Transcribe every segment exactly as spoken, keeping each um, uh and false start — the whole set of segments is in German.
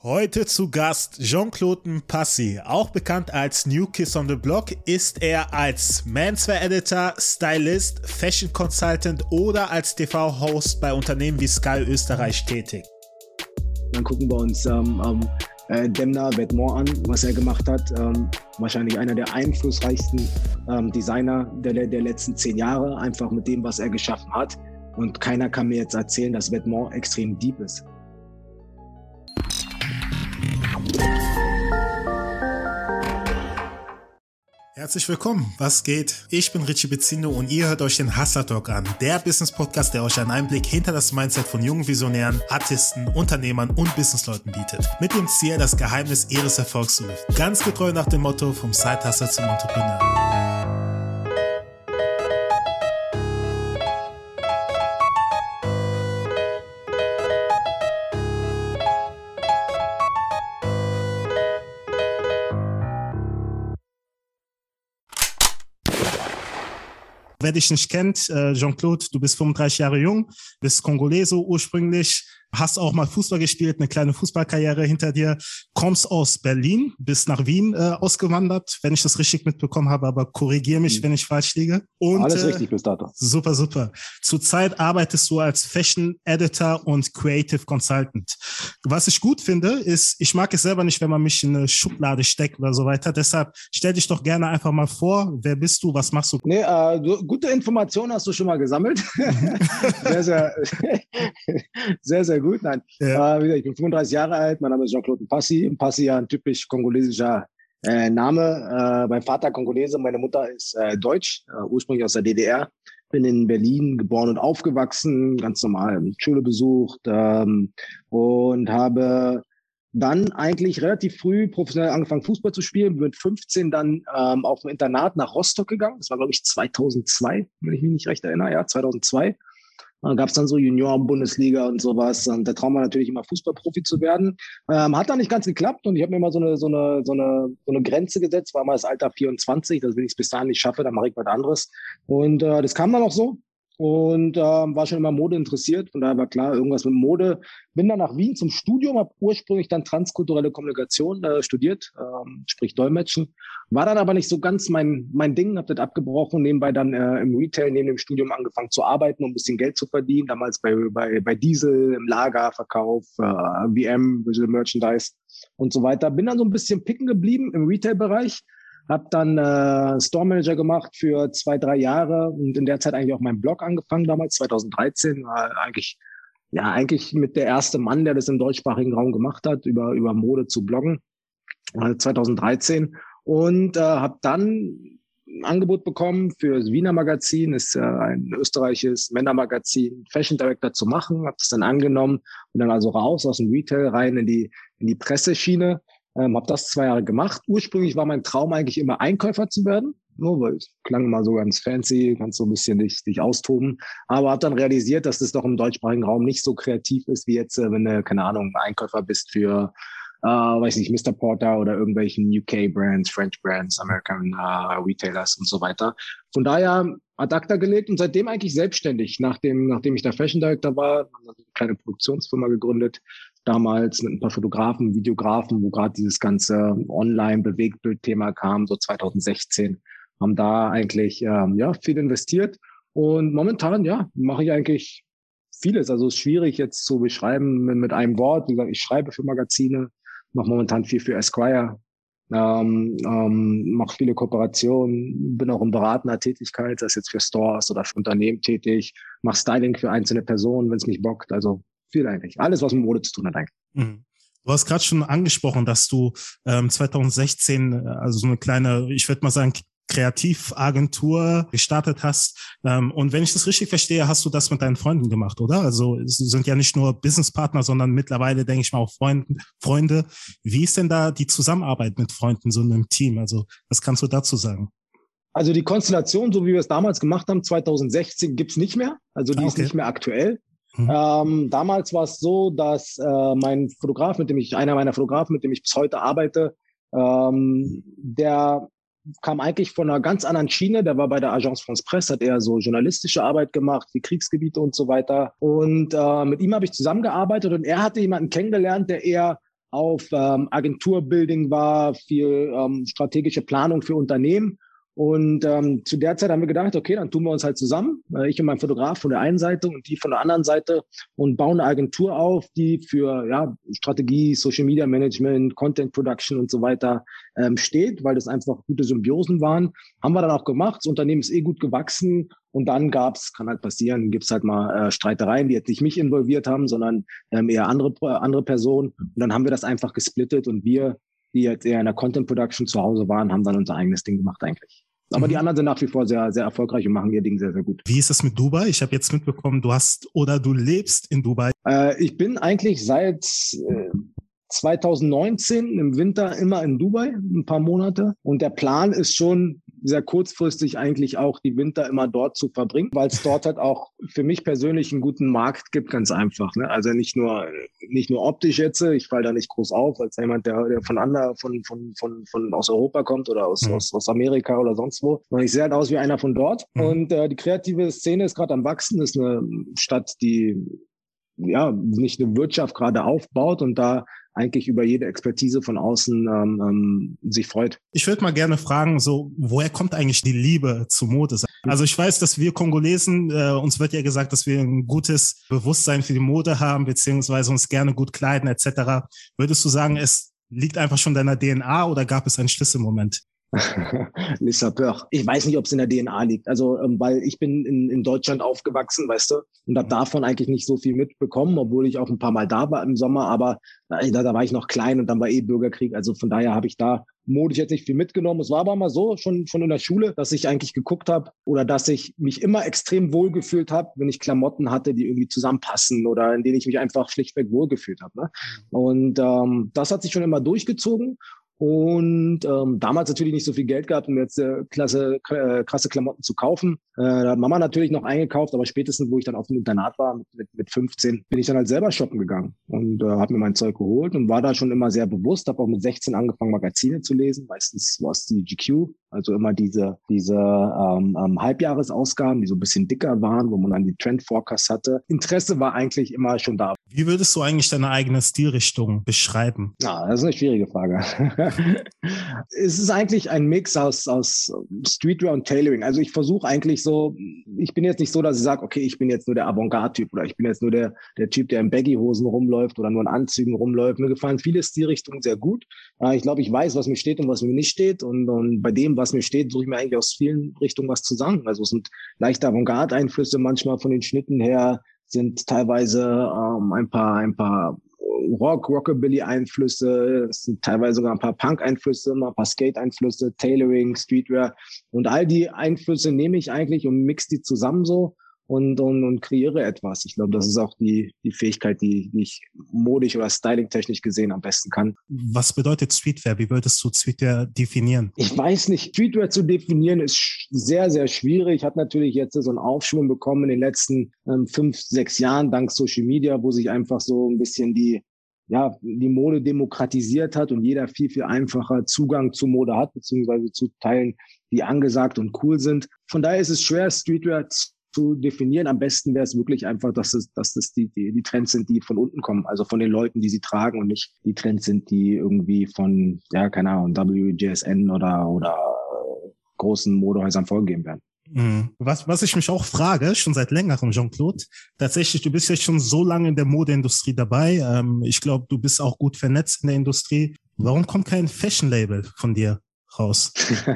Heute zu Gast Jean-Claude Mpassi. Auch bekannt als New Kids on the Block ist er als Menswear-Editor, Stylist, Fashion Consultant oder als T V-Host bei Unternehmen wie Sky Österreich tätig. Dann gucken wir uns ähm, ähm, äh, Demna Vetements an, was er gemacht hat. Ähm, wahrscheinlich einer der einflussreichsten ähm, Designer der, der letzten zehn Jahre, einfach mit dem, was er geschaffen hat. Und keiner kann mir jetzt erzählen, dass Vetements extrem deep ist. Herzlich willkommen, was geht? Ich bin Richie Bezindo und ihr hört euch den Hustler Talk an, der Business-Podcast, der euch einen Einblick hinter das Mindset von jungen Visionären, Artisten, Unternehmern und Businessleuten bietet. Mit dem Ziel, das Geheimnis ihres Erfolgs zu lüften. Ganz getreu nach dem Motto, vom Side-Hustler zum Entrepreneur. Wer dich nicht kennt, äh, Jean-Claude, du bist fünfunddreißig Jahre jung, bist Kongolese ursprünglich, hast auch mal Fußball gespielt, eine kleine Fußballkarriere hinter dir, kommst aus Berlin, bist nach Wien äh, ausgewandert, wenn ich das richtig mitbekommen habe, aber korrigiere mich, mhm. wenn ich falsch liege. Und, Alles äh, richtig bis dato. Super, super. Zurzeit arbeitest du als Fashion Editor und Creative Consultant. Was ich gut finde, ist, ich mag es selber nicht, wenn man mich in eine Schublade steckt oder so weiter. Deshalb stell dich doch gerne einfach mal vor, wer bist du, was machst du? Nee, äh, du, gute Informationen hast du schon mal gesammelt. sehr, sehr, sehr, sehr gut. Nein, ja. äh, ich bin fünfunddreißig Jahre alt, mein Name ist Jean-Claude Mpassi. Mpassi ja ein typisch kongolesischer äh, Name. Äh, mein Vater Kongolese, meine Mutter ist äh, Deutsch, äh, ursprünglich aus der D D R. Bin in Berlin geboren und aufgewachsen, ganz normal Schule besucht ähm, und habe dann eigentlich relativ früh professionell angefangen, Fußball zu spielen. Bin mit fünfzehn dann ähm, auf ein Internat nach Rostock gegangen. Das war, glaube ich, zweitausendzwei, wenn ich mich nicht recht erinnere. Ja, zweitausendzwei. Da gab es dann so Junioren-Bundesliga und sowas. Und der Traum war natürlich immer, Fußballprofi zu werden. Ähm, hat dann nicht ganz geklappt und ich habe mir immer so eine, so, eine, so, eine, so eine Grenze gesetzt, war mal das Alter vierundzwanzig, dass wenn ich es bis dahin nicht schaffe, dann mache ich was anderes. Und äh, das kam dann auch so. Und äh, war schon immer Mode interessiert. Von daher war klar, irgendwas mit Mode. Bin dann nach Wien zum Studium, habe ursprünglich dann transkulturelle Kommunikation äh, studiert, ähm, sprich Dolmetschen. War dann aber nicht so ganz mein mein Ding, habe das abgebrochen, nebenbei dann äh, im Retail neben dem Studium angefangen zu arbeiten, um ein bisschen Geld zu verdienen. Damals bei bei bei Diesel, im Lagerverkauf, äh, V M, Visual Merchandise und so weiter. Bin dann so ein bisschen picken geblieben im Retail-Bereich. Hab dann äh, Store Manager gemacht für zwei, drei Jahre und in der Zeit eigentlich auch meinen Blog angefangen, damals zweitausenddreizehn, war eigentlich ja eigentlich mit der erste Mann, der das im deutschsprachigen Raum gemacht hat, über über Mode zu bloggen, äh, zweitausenddreizehn und äh, habe dann ein Angebot bekommen für das Wiener Magazin, ist äh, ein österreichisches Männermagazin, Fashion Director zu machen, habe das dann angenommen und dann also raus aus dem Retail rein in die in die Presseschiene. Ähm, habe das zwei Jahre gemacht. Ursprünglich war mein Traum eigentlich immer Einkäufer zu werden, nur weil es klang immer so ganz fancy, kannst so ein bisschen dich, dich austoben. Aber habe dann realisiert, dass das doch im deutschsprachigen Raum nicht so kreativ ist wie jetzt, äh, wenn du, keine Ahnung, Einkäufer bist für, äh, weiß nicht, Mister Porter oder irgendwelchen U K-Brands, French-Brands, American äh, Retailers und so weiter. Von daher ad acta gelegt und seitdem eigentlich selbstständig. Nachdem, nachdem ich da Fashion Director war, haben wir eine kleine Produktionsfirma gegründet. Damals mit ein paar Fotografen, Videografen, wo gerade dieses ganze Online-Bewegtbild-Thema kam, so zweitausendsechzehn, haben da eigentlich ähm, ja viel investiert. Und momentan, ja, mache ich eigentlich vieles. Also es ist schwierig jetzt zu beschreiben mit, mit einem Wort. Wie gesagt, ich schreibe für Magazine, mache momentan viel für Esquire, ähm, ähm, mache viele Kooperationen, bin auch in beratender Tätigkeit, sei es jetzt für Stores oder für Unternehmen tätig, mache Styling für einzelne Personen, wenn es mich bockt. Also viel eigentlich. Alles, was mit Mode zu tun hat eigentlich. Mhm. Du hast gerade schon angesprochen, dass du ähm, zweitausendsechzehn, also so eine kleine, ich würde mal sagen, Kreativagentur gestartet hast. Ähm, und wenn ich das richtig verstehe, hast du das mit deinen Freunden gemacht, oder? Also es sind ja nicht nur Businesspartner, sondern mittlerweile, denke ich mal, auch Freund, Freunde. Wie ist denn da die Zusammenarbeit mit Freunden, so einem Team? Also was kannst du dazu sagen? Also die Konstellation, so wie wir es damals gemacht haben, zweitausendsechzehn, gibt's nicht mehr. Also die ah, okay. ist nicht mehr aktuell. Mhm. Ähm, damals war es so, dass äh, mein Fotograf, mit dem ich, einer meiner Fotografen, mit dem ich bis heute arbeite, ähm, der kam eigentlich von einer ganz anderen Schiene. Der war bei der Agence France Presse, hat eher so journalistische Arbeit gemacht, wie Kriegsgebiete und so weiter. Und äh, mit ihm habe ich zusammengearbeitet und er hatte jemanden kennengelernt, der eher auf ähm, Agenturbuilding war, viel ähm, strategische Planung für Unternehmen. Und ähm, zu der Zeit haben wir gedacht, okay, dann tun wir uns halt zusammen, äh, ich und mein Fotograf von der einen Seite und die von der anderen Seite, und bauen eine Agentur auf, die für ja Strategie, Social Media Management, Content Production und so weiter ähm, steht, weil das einfach gute Symbiosen waren. Haben wir dann auch gemacht. Das Unternehmen ist eh gut gewachsen. Und dann gab's, kann halt passieren, gibt's halt mal äh, Streitereien, die jetzt nicht mich involviert haben, sondern ähm, eher andere andere Personen. Und dann haben wir das einfach gesplittet, und wir, die jetzt eher in der Content Production zu Hause waren, haben dann unser eigenes Ding gemacht eigentlich. Aber mhm. die anderen sind nach wie vor sehr, sehr erfolgreich und machen ihr Ding sehr, sehr gut. Wie ist es mit Dubai? Ich habe jetzt mitbekommen, du hast oder du lebst in Dubai. Äh, ich bin eigentlich seit äh, zwanzig neunzehn im Winter immer in Dubai, ein paar Monate. Und der Plan ist schon sehr kurzfristig eigentlich auch die Winter immer dort zu verbringen, weil es dort halt auch für mich persönlich einen guten Markt gibt, ganz einfach. Ne? Also nicht nur nicht nur optisch jetzt, ich falle da nicht groß auf, als jemand, der, der von ander, von, von, von, von aus Europa kommt oder aus, mhm. aus, aus Amerika oder sonst wo. Und ich sehe halt aus wie einer von dort. Mhm. Und äh, die kreative Szene ist gerade am Wachsen, ist eine Stadt, die ja nicht eine Wirtschaft gerade aufbaut und da eigentlich über jede Expertise von außen ähm, ähm, sich freut. Ich würde mal gerne fragen, so woher kommt eigentlich die Liebe zu Mode? Also ich weiß, dass wir Kongolesen, äh, uns wird ja gesagt, dass wir ein gutes Bewusstsein für die Mode haben, beziehungsweise uns gerne gut kleiden et cetera. Würdest du sagen, es liegt einfach schon in deiner D N A oder gab es einen Schlüsselmoment? Les Sapeurs. Ich weiß nicht, ob es in der D N A liegt. Also, ähm, weil ich bin in, in Deutschland aufgewachsen, weißt du, und habe davon eigentlich nicht so viel mitbekommen, obwohl ich auch ein paar Mal da war im Sommer, aber da, da war ich noch klein und dann war eh Bürgerkrieg. Also von daher habe ich da modisch jetzt nicht viel mitgenommen. Es war aber mal so, schon, schon in der Schule, dass ich eigentlich geguckt habe oder dass ich mich immer extrem wohlgefühlt habe, wenn ich Klamotten hatte, die irgendwie zusammenpassen oder in denen ich mich einfach schlichtweg wohlgefühlt habe. Ne? Und ähm, das hat sich schon immer durchgezogen. Und ähm, damals natürlich nicht so viel Geld gehabt, um jetzt äh, klasse, äh, krasse Klamotten zu kaufen. Äh, da hat Mama natürlich noch eingekauft, aber spätestens, wo ich dann auf dem Internat war, mit, mit, mit fünfzehn, bin ich dann halt selber shoppen gegangen und äh, habe mir mein Zeug geholt und war da schon immer sehr bewusst. Habe auch mit sechzehn angefangen, Magazine zu lesen. Meistens war es die G Q, also immer diese diese ähm, ähm, Halbjahresausgaben, die so ein bisschen dicker waren, wo man dann die Trend Forecast hatte. Interesse war eigentlich immer schon da. Wie würdest du eigentlich deine eigene Stilrichtung beschreiben? Ja, das ist eine schwierige Frage. Es ist eigentlich ein Mix aus, aus Streetwear und Tailoring. Also ich versuche eigentlich so, ich bin jetzt nicht so, dass ich sage, okay, ich bin jetzt nur der Avantgarde-Typ oder ich bin jetzt nur der, der Typ, der in Baggy-Hosen rumläuft oder nur in Anzügen rumläuft. Mir gefallen viele Stilrichtungen sehr gut. Ich glaube, ich weiß, was mir steht und was mir nicht steht. Und, und bei dem, was mir steht, suche ich mir eigentlich aus vielen Richtungen was zusammen. Also es sind leichte Avantgarde-Einflüsse manchmal von den Schnitten her, sind teilweise ähm, ein paar, ein paar Rock, Rockabilly-Einflüsse, es sind teilweise sogar ein paar Punk-Einflüsse, ein paar Skate-Einflüsse, Tailoring, Streetwear. Und all die Einflüsse nehme ich eigentlich und mix die zusammen so und, und, und kreiere etwas. Ich glaube, das ist auch die, die Fähigkeit, die, die ich modisch oder styling-technisch gesehen am besten kann. Was bedeutet Streetwear? Wie würdest du Streetwear definieren? Ich weiß nicht. Streetwear zu definieren ist sehr, sehr schwierig. Hat natürlich jetzt so einen Aufschwung bekommen in den letzten ähm, fünf, sechs Jahren dank Social Media, wo sich einfach so ein bisschen die ja, die Mode demokratisiert hat und jeder viel, viel einfacher Zugang zu Mode hat, beziehungsweise zu Teilen, die angesagt und cool sind. Von daher ist es schwer, Streetwear zu definieren. Am besten wäre es wirklich einfach, dass es, dass das die, die, die Trends sind, die von unten kommen, also von den Leuten, die sie tragen und nicht die Trends sind, die irgendwie von, ja, keine Ahnung, W G S N oder, oder großen Modehäusern vorgegeben werden. Was, was ich mich auch frage, schon seit längerem, Jean-Claude, tatsächlich, du bist jetzt schon so lange in der Modeindustrie dabei. Ähm, ich glaube, du bist auch gut vernetzt in der Industrie. Warum kommt kein Fashion-Label von dir raus?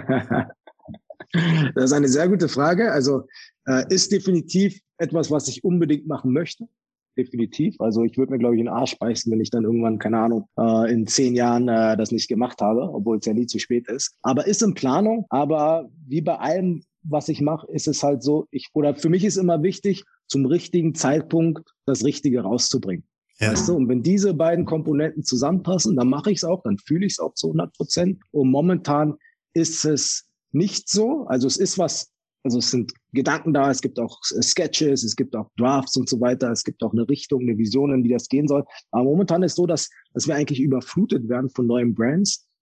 Das ist eine sehr gute Frage. Also äh, ist definitiv etwas, was ich unbedingt machen möchte. Definitiv. Also ich würde mir, glaube ich, in den Arsch beißen, wenn ich dann irgendwann, keine Ahnung, äh, in zehn Jahren äh, das nicht gemacht habe, obwohl es ja nie zu spät ist. Aber ist in Planung. Aber wie bei allem, was ich mache, ist es halt so, ich, oder für mich ist immer wichtig, zum richtigen Zeitpunkt das Richtige rauszubringen. Ja. Weißt du? Und wenn diese beiden Komponenten zusammenpassen, dann mache ich es auch, dann fühle ich es auch zu hundert Prozent. Und momentan ist es nicht so. Also es ist was, also es sind Gedanken da, es gibt auch Sketches, es gibt auch Drafts und so weiter, es gibt auch eine Richtung, eine Vision, in die das gehen soll. Aber momentan ist es so, dass, dass wir eigentlich überflutet werden von neuen Brands.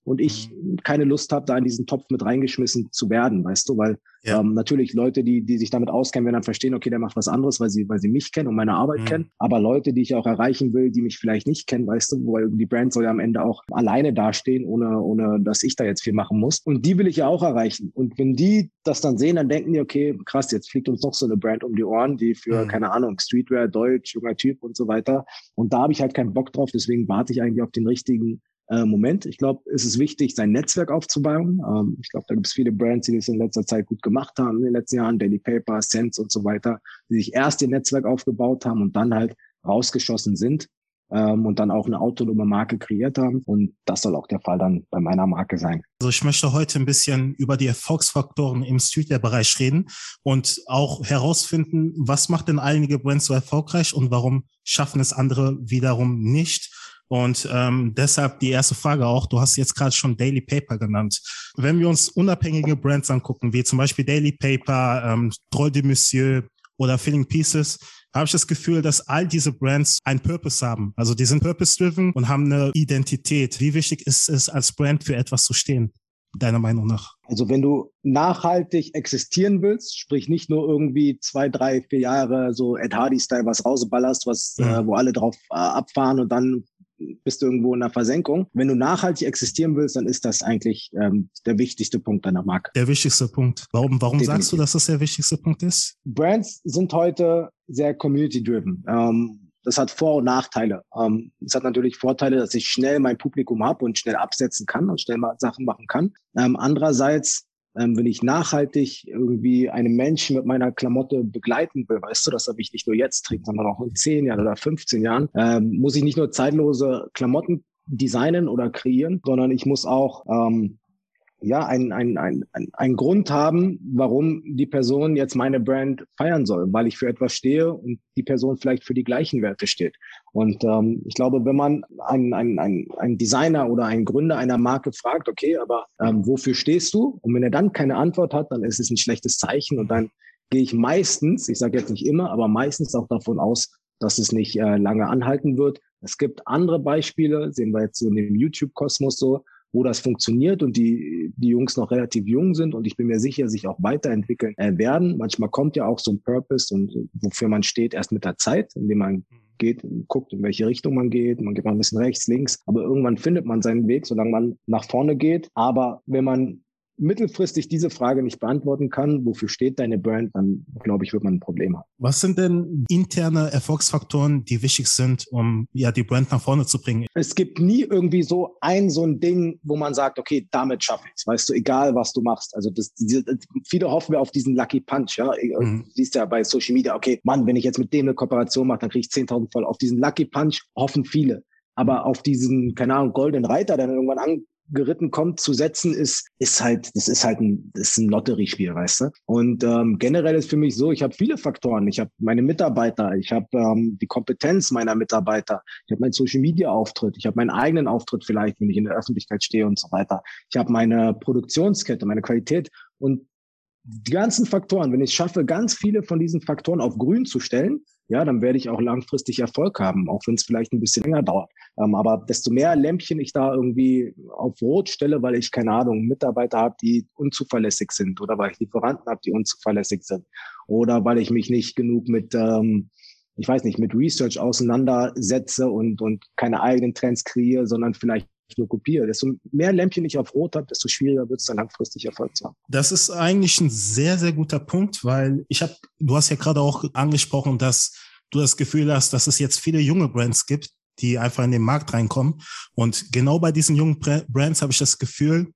und ich keine Lust habe, da in diesen Topf mit reingeschmissen zu werden, weißt du, weil ja. ähm, natürlich Leute, die die sich damit auskennen, werden dann verstehen, okay, der macht was anderes, weil sie weil sie mich kennen und meine Arbeit mhm. kennen, aber Leute, die ich auch erreichen will, die mich vielleicht nicht kennen, weißt du, weil die Brand soll ja am Ende auch alleine dastehen, ohne ohne dass ich da jetzt viel machen muss, und die will ich ja auch erreichen, und wenn die das dann sehen, dann denken die, okay, krass, jetzt fliegt uns noch so eine Brand um die Ohren, die für, mhm. keine Ahnung, Streetwear, Deutsch, junger Typ und so weiter, und da habe ich halt keinen Bock drauf, deswegen warte ich eigentlich auf den richtigen äh, Moment. Ich glaube, es ist wichtig, sein Netzwerk aufzubauen. Ähm, ich glaube, da gibt es viele Brands, die das in letzter Zeit gut gemacht haben, in den letzten Jahren, Daily Paper, Sense und so weiter, die sich erst ihr Netzwerk aufgebaut haben und dann halt rausgeschossen sind ähm, und dann auch eine autonome Marke kreiert haben. Und das soll auch der Fall dann bei meiner Marke sein. Also ich möchte heute ein bisschen über die Erfolgsfaktoren im Streetwear-Bereich reden und auch herausfinden, was macht denn einige Brands so erfolgreich und warum schaffen es andere wiederum nicht. Und ähm, deshalb die erste Frage auch, du hast jetzt gerade schon Daily Paper genannt. Wenn wir uns unabhängige Brands angucken, wie zum Beispiel Daily Paper, ähm, Drôle de Monsieur oder Filling Pieces, habe ich das Gefühl, dass all diese Brands einen Purpose haben. Also die sind purpose-driven und haben eine Identität. Wie wichtig ist es, als Brand für etwas zu stehen, deiner Meinung nach? Also wenn du nachhaltig existieren willst, sprich nicht nur irgendwie zwei, drei, vier Jahre so Ed Hardy-Style was rausballerst, was, mhm. äh, wo alle drauf äh, abfahren und dann bist du irgendwo in der Versenkung. Wenn du nachhaltig existieren willst, dann ist das eigentlich ähm, der wichtigste Punkt deiner Marke. Der wichtigste Punkt. Warum, warum sagst du, dass das der wichtigste Punkt ist? Brands sind heute sehr community-driven. Ähm, das hat Vor- und Nachteile. Ähm, es hat natürlich Vorteile, dass ich schnell mein Publikum habe und schnell absetzen kann und schnell mal Sachen machen kann. Ähm, andererseits, Ähm, wenn ich nachhaltig irgendwie einen Menschen mit meiner Klamotte begleiten will, weißt du, das habe ich nicht nur jetzt trägt, sondern auch in zehn Jahren oder fünfzehn Jahren, ähm, muss ich nicht nur zeitlose Klamotten designen oder kreieren, sondern ich muss auch ähm, ja, ein, ein, ein, ein, ein Grund haben, warum die Person jetzt meine Brand feiern soll, weil ich für etwas stehe und die Person vielleicht für die gleichen Werte steht. Und ähm, ich glaube, wenn man einen ein, ein, ein Designer oder einen Gründer einer Marke fragt, okay, aber ähm, wofür stehst du? Und wenn er dann keine Antwort hat, dann ist es ein schlechtes Zeichen. Und dann gehe ich meistens, ich sage jetzt nicht immer, aber meistens auch davon aus, dass es nicht äh, lange anhalten wird. Es gibt andere Beispiele, sehen wir jetzt so in dem YouTube-Kosmos so, wo das funktioniert und die die Jungs noch relativ jung sind und ich bin mir sicher, sich auch weiterentwickeln äh, werden. Manchmal kommt ja auch so ein Purpose und wofür man steht erst mit der Zeit, indem man geht, guckt, in welche Richtung man geht. Man geht mal ein bisschen rechts, links, aber irgendwann findet man seinen Weg, solange man nach vorne geht. Aber wenn man mittelfristig diese Frage nicht beantworten kann, wofür steht deine Brand, dann glaube ich, wird man ein Problem haben. Was sind denn interne Erfolgsfaktoren, die wichtig sind, um ja die Brand nach vorne zu bringen? Es gibt nie irgendwie so ein so ein Ding, wo man sagt, okay, damit schaffe ich es, weißt du, egal was du machst. Also das, diese, viele hoffen wir auf diesen Lucky Punch, ja. Mhm. Du siehst ja bei Social Media, okay, Mann, wenn ich jetzt mit dem eine Kooperation mache, dann kriege ich zehntausend voll. Auf diesen Lucky Punch hoffen viele. Aber auf diesen, keine Ahnung, goldenen Reiter, der dann irgendwann an geritten kommt, zu setzen, ist ist halt, das ist halt ein, das ist ein Lotteriespiel, weißt du? Und ähm, generell ist für mich so, ich habe viele Faktoren. Ich habe meine Mitarbeiter, ich habe ähm, die Kompetenz meiner Mitarbeiter, ich habe meinen Social-Media-Auftritt, ich habe meinen eigenen Auftritt vielleicht, wenn ich in der Öffentlichkeit stehe und so weiter. Ich habe meine Produktionskette, meine Qualität und die ganzen Faktoren, wenn ich es schaffe, ganz viele von diesen Faktoren auf grün zu stellen, ja, dann werde ich auch langfristig Erfolg haben, auch wenn es vielleicht ein bisschen länger dauert. Ähm, aber desto mehr Lämpchen ich da irgendwie auf Rot stelle, weil ich, keine Ahnung, Mitarbeiter habe, die unzuverlässig sind oder weil ich Lieferanten habe, die unzuverlässig sind oder weil ich mich nicht genug mit, ähm, ich weiß nicht, mit Research auseinandersetze und, und keine eigenen Trends kreiere, sondern vielleicht nur kopiere. Desto mehr Lämpchen ich auf Rot habe, desto schwieriger wird es dann langfristig Erfolg zu haben. Das ist eigentlich ein sehr, sehr guter Punkt, weil ich habe, du hast ja gerade auch angesprochen, dass du das Gefühl hast, dass es jetzt viele junge Brands gibt, die einfach in den Markt reinkommen. Und genau bei diesen jungen Brands habe ich das Gefühl,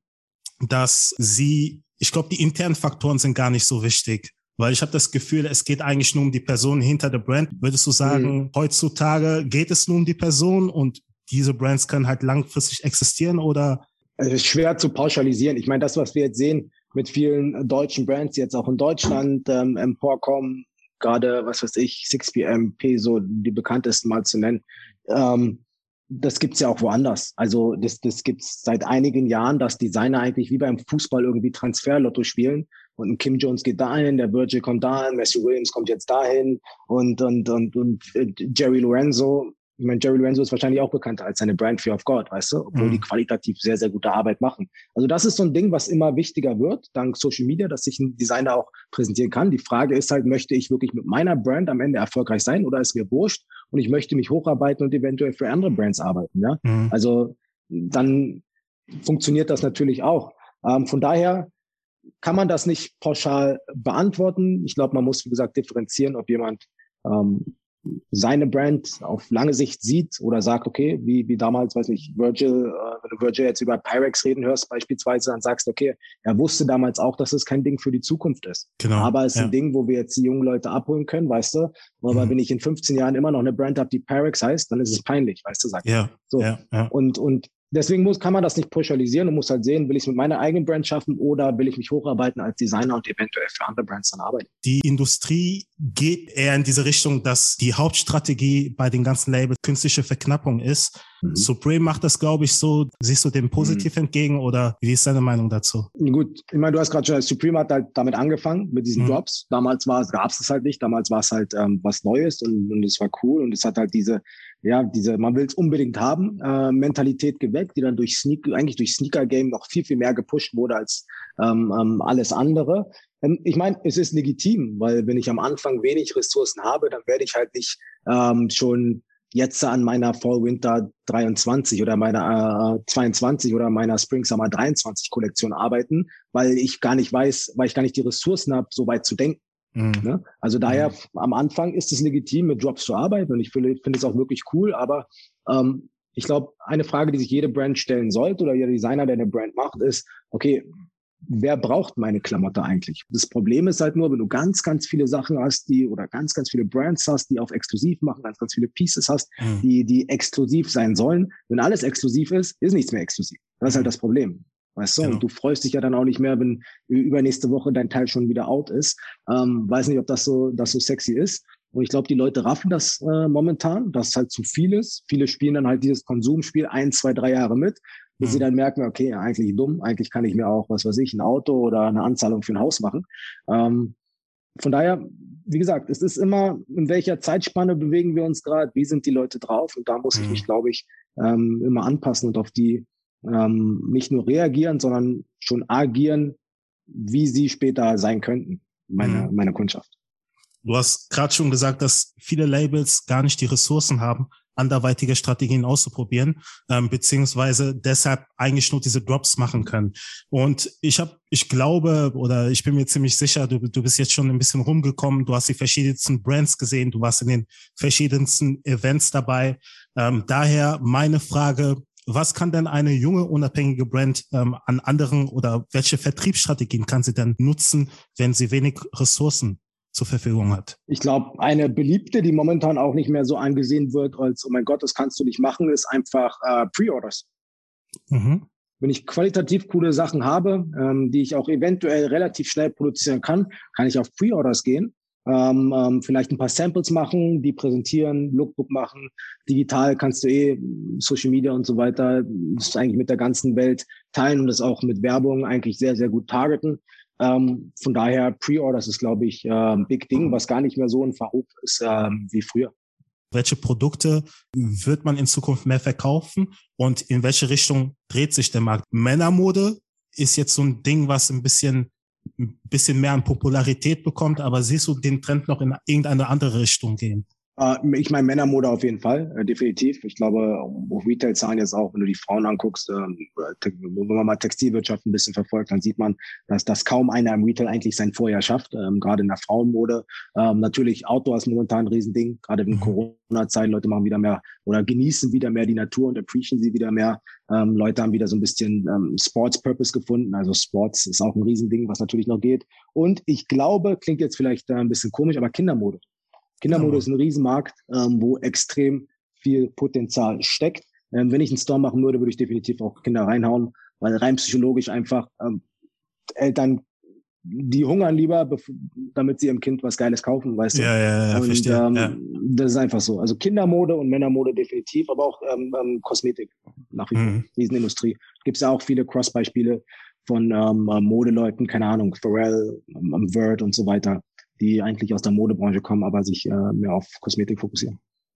dass sie, ich glaube, die internen Faktoren sind gar nicht so wichtig. Weil ich habe das Gefühl, es geht eigentlich nur um die Person hinter der Brand. Würdest du sagen, mhm. heutzutage geht es nur um die Person und diese Brands können halt langfristig existieren oder? Also es ist schwer zu pauschalisieren. Ich meine, das, was wir jetzt sehen mit vielen deutschen Brands, die jetzt auch in Deutschland ähm, emporkommen, gerade, was weiß ich, six P M, Peso, die bekanntesten mal zu nennen, ähm, das gibt's ja auch woanders. Also das, das gibt's seit einigen Jahren, dass Designer eigentlich wie beim Fußball irgendwie Transferlotto spielen. Und ein Kim Jones geht dahin, der Virgil kommt dahin, Matthew Williams kommt jetzt dahin und, und, und, und Jerry Lorenzo ich meine, Jerry Lorenzo ist wahrscheinlich auch bekannter als seine Brand Fear of God, weißt du, obwohl mhm. die qualitativ sehr, sehr gute Arbeit machen. Also das ist so ein Ding, was immer wichtiger wird, dank Social Media, dass sich ein Designer auch präsentieren kann. Die Frage ist halt, möchte ich wirklich mit meiner Brand am Ende erfolgreich sein oder ist mir wurscht und ich möchte mich hocharbeiten und eventuell für andere Brands arbeiten, ja? Mhm. Also dann funktioniert das natürlich auch. Ähm, von daher kann man das nicht pauschal beantworten. Ich glaube, man muss, wie gesagt, differenzieren, ob jemand ähm, seine Brand auf lange Sicht sieht oder sagt, okay, wie, wie damals, weiß nicht, Virgil, äh, wenn du Virgil jetzt über Pyrex reden hörst beispielsweise, dann sagst du, okay, er wusste damals auch, dass es kein Ding für die Zukunft ist. Genau, aber es ist ja. ein Ding, wo wir jetzt die jungen Leute abholen können, weißt du. Aber mhm. wenn ich in fünfzehn Jahren immer noch eine Brand habe, die Pyrex heißt, dann ist es peinlich, weißt du, sagt ja. so. Ja, ja. Und, und deswegen muss, kann man das nicht pauschalisieren und muss halt sehen, will ich es mit meiner eigenen Brand schaffen oder will ich mich hocharbeiten als Designer und eventuell für andere Brands dann arbeiten. Die Industrie geht eher in diese Richtung, dass die Hauptstrategie bei den ganzen Labels künstliche Verknappung ist. Mhm. Supreme macht das, glaube ich, so. Siehst du dem positiv mhm. entgegen oder wie ist deine Meinung dazu? Gut, ich meine, du hast gerade schon, Supreme hat halt damit angefangen, mit diesen mhm. Drops. Damals war es, gab es halt nicht. Damals war es halt ähm, was Neues und, und es war cool und es hat halt diese ja, diese, man will es unbedingt haben, äh, Mentalität geweckt, die dann durch Sneak, eigentlich durch Sneaker-Game noch viel, viel mehr gepusht wurde als ähm, ähm, alles andere. Ähm, ich meine, es ist legitim, weil wenn ich am Anfang wenig Ressourcen habe, dann werde ich halt nicht ähm, schon jetzt an meiner Fall-Winter dreiundzwanzig oder meiner äh, zweiundzwanzig oder meiner Spring-Summer dreiundzwanzig Kollektion arbeiten, weil ich gar nicht weiß, weil ich gar nicht die Ressourcen habe, so weit zu denken. Mhm. Ne? Also daher mhm. am Anfang ist es legitim, mit Drops zu arbeiten und ich finde finde es auch wirklich cool, aber ähm, ich glaube, eine Frage, die sich jede Brand stellen sollte oder jeder Designer, der eine Brand macht, ist, okay, wer braucht meine Klamotte eigentlich? Das Problem ist halt nur, wenn du ganz, ganz viele Sachen hast, die oder ganz, ganz viele Brands hast, die auf exklusiv machen, ganz, ganz viele Pieces hast, mhm. die, die exklusiv sein sollen. Wenn alles exklusiv ist, ist nichts mehr exklusiv. Das ist mhm. halt das Problem. Weißt du, genau. Und du freust dich ja dann auch nicht mehr, wenn übernächste Woche dein Teil schon wieder out ist. Ähm, weiß nicht, ob das so, das so sexy ist. Und ich glaube, die Leute raffen das äh, momentan, dass es halt zu viel ist. Viele spielen dann halt dieses Konsumspiel ein, zwei, drei Jahre mit, bis mhm. sie dann merken, okay, eigentlich dumm, eigentlich kann ich mir auch, was weiß ich, ein Auto oder eine Anzahlung für ein Haus machen. Ähm, von daher, wie gesagt, es ist immer, in welcher Zeitspanne bewegen wir uns gerade, wie sind die Leute drauf? Und da muss mhm. ich mich, glaube ich, ähm, immer anpassen und auf die ähm, nicht nur reagieren, sondern schon agieren, wie sie später sein könnten, meine, mhm. meine Kundschaft. Du hast gerade schon gesagt, dass viele Labels gar nicht die Ressourcen haben, anderweitige Strategien auszuprobieren, ähm, beziehungsweise deshalb eigentlich nur diese Drops machen können. Und ich habe, ich glaube, oder ich bin mir ziemlich sicher, du, du bist jetzt schon ein bisschen rumgekommen, du hast die verschiedensten Brands gesehen, du warst in den verschiedensten Events dabei. Ähm, daher meine Frage, was kann denn eine junge, unabhängige Brand ähm, an anderen oder welche Vertriebsstrategien kann sie denn nutzen, wenn sie wenig Ressourcen zur Verfügung hat? Ich glaube, eine beliebte, die momentan auch nicht mehr so angesehen wird als, oh mein Gott, das kannst du nicht machen, ist einfach äh, Pre-Orders. Mhm. Wenn ich qualitativ coole Sachen habe, ähm, die ich auch eventuell relativ schnell produzieren kann, kann ich auf Pre-Orders gehen. Ähm, ähm, vielleicht ein paar Samples machen, die präsentieren, Lookbook machen. Digital kannst du eh Social Media und so weiter, das ist eigentlich mit der ganzen Welt teilen und das auch mit Werbung eigentlich sehr, sehr gut targeten. Ähm, von daher, Pre-Orders ist, glaube ich, äh, ein Big Ding, was gar nicht mehr so ein Verruf ist äh, wie früher. Welche Produkte wird man in Zukunft mehr verkaufen und in welche Richtung dreht sich der Markt? Männermode ist jetzt so ein Ding, was ein bisschen ein bisschen mehr an Popularität bekommt, aber siehst du den Trend noch in irgendeine andere Richtung gehen? Uh, ich meine Männermode auf jeden Fall, äh, definitiv. Ich glaube, auf Retail-Zahlen jetzt auch, wenn du die Frauen anguckst, äh, wenn man mal Textilwirtschaft ein bisschen verfolgt, dann sieht man, dass, dass kaum einer im Retail eigentlich sein Vorjahr schafft, ähm, gerade in der Frauenmode. Ähm, natürlich Outdoor ist momentan ein Riesending, gerade in mhm. Corona-Zeit. Leute machen wieder mehr oder genießen wieder mehr die Natur und appreciaten sie wieder mehr. Ähm, Leute haben wieder so ein bisschen ähm, Sports-Purpose gefunden. Also Sports ist auch ein Riesending, was natürlich noch geht. Und ich glaube, klingt jetzt vielleicht äh, ein bisschen komisch, aber Kindermode. Kindermode ist ein Riesenmarkt, ähm, wo extrem viel Potenzial steckt. Ähm, wenn ich einen Store machen würde, würde ich definitiv auch Kinder reinhauen, weil rein psychologisch einfach ähm, Eltern, die hungern lieber, damit sie ihrem Kind was Geiles kaufen, weißt du? Ja, ja, ja, und verstehe. Ähm, ja. Das ist einfach so. Also Kindermode und Männermode definitiv, aber auch ähm, ähm, Kosmetik nach wie vor. Mhm. Riesenindustrie. Gibt es ja auch viele Cross-Beispiele von ähm, Modeleuten, keine Ahnung, Pharrell, ähm, Vert und so weiter, die eigentlich aus der Modebranche kommen, aber sich äh, mehr auf Kosmetik fokussieren.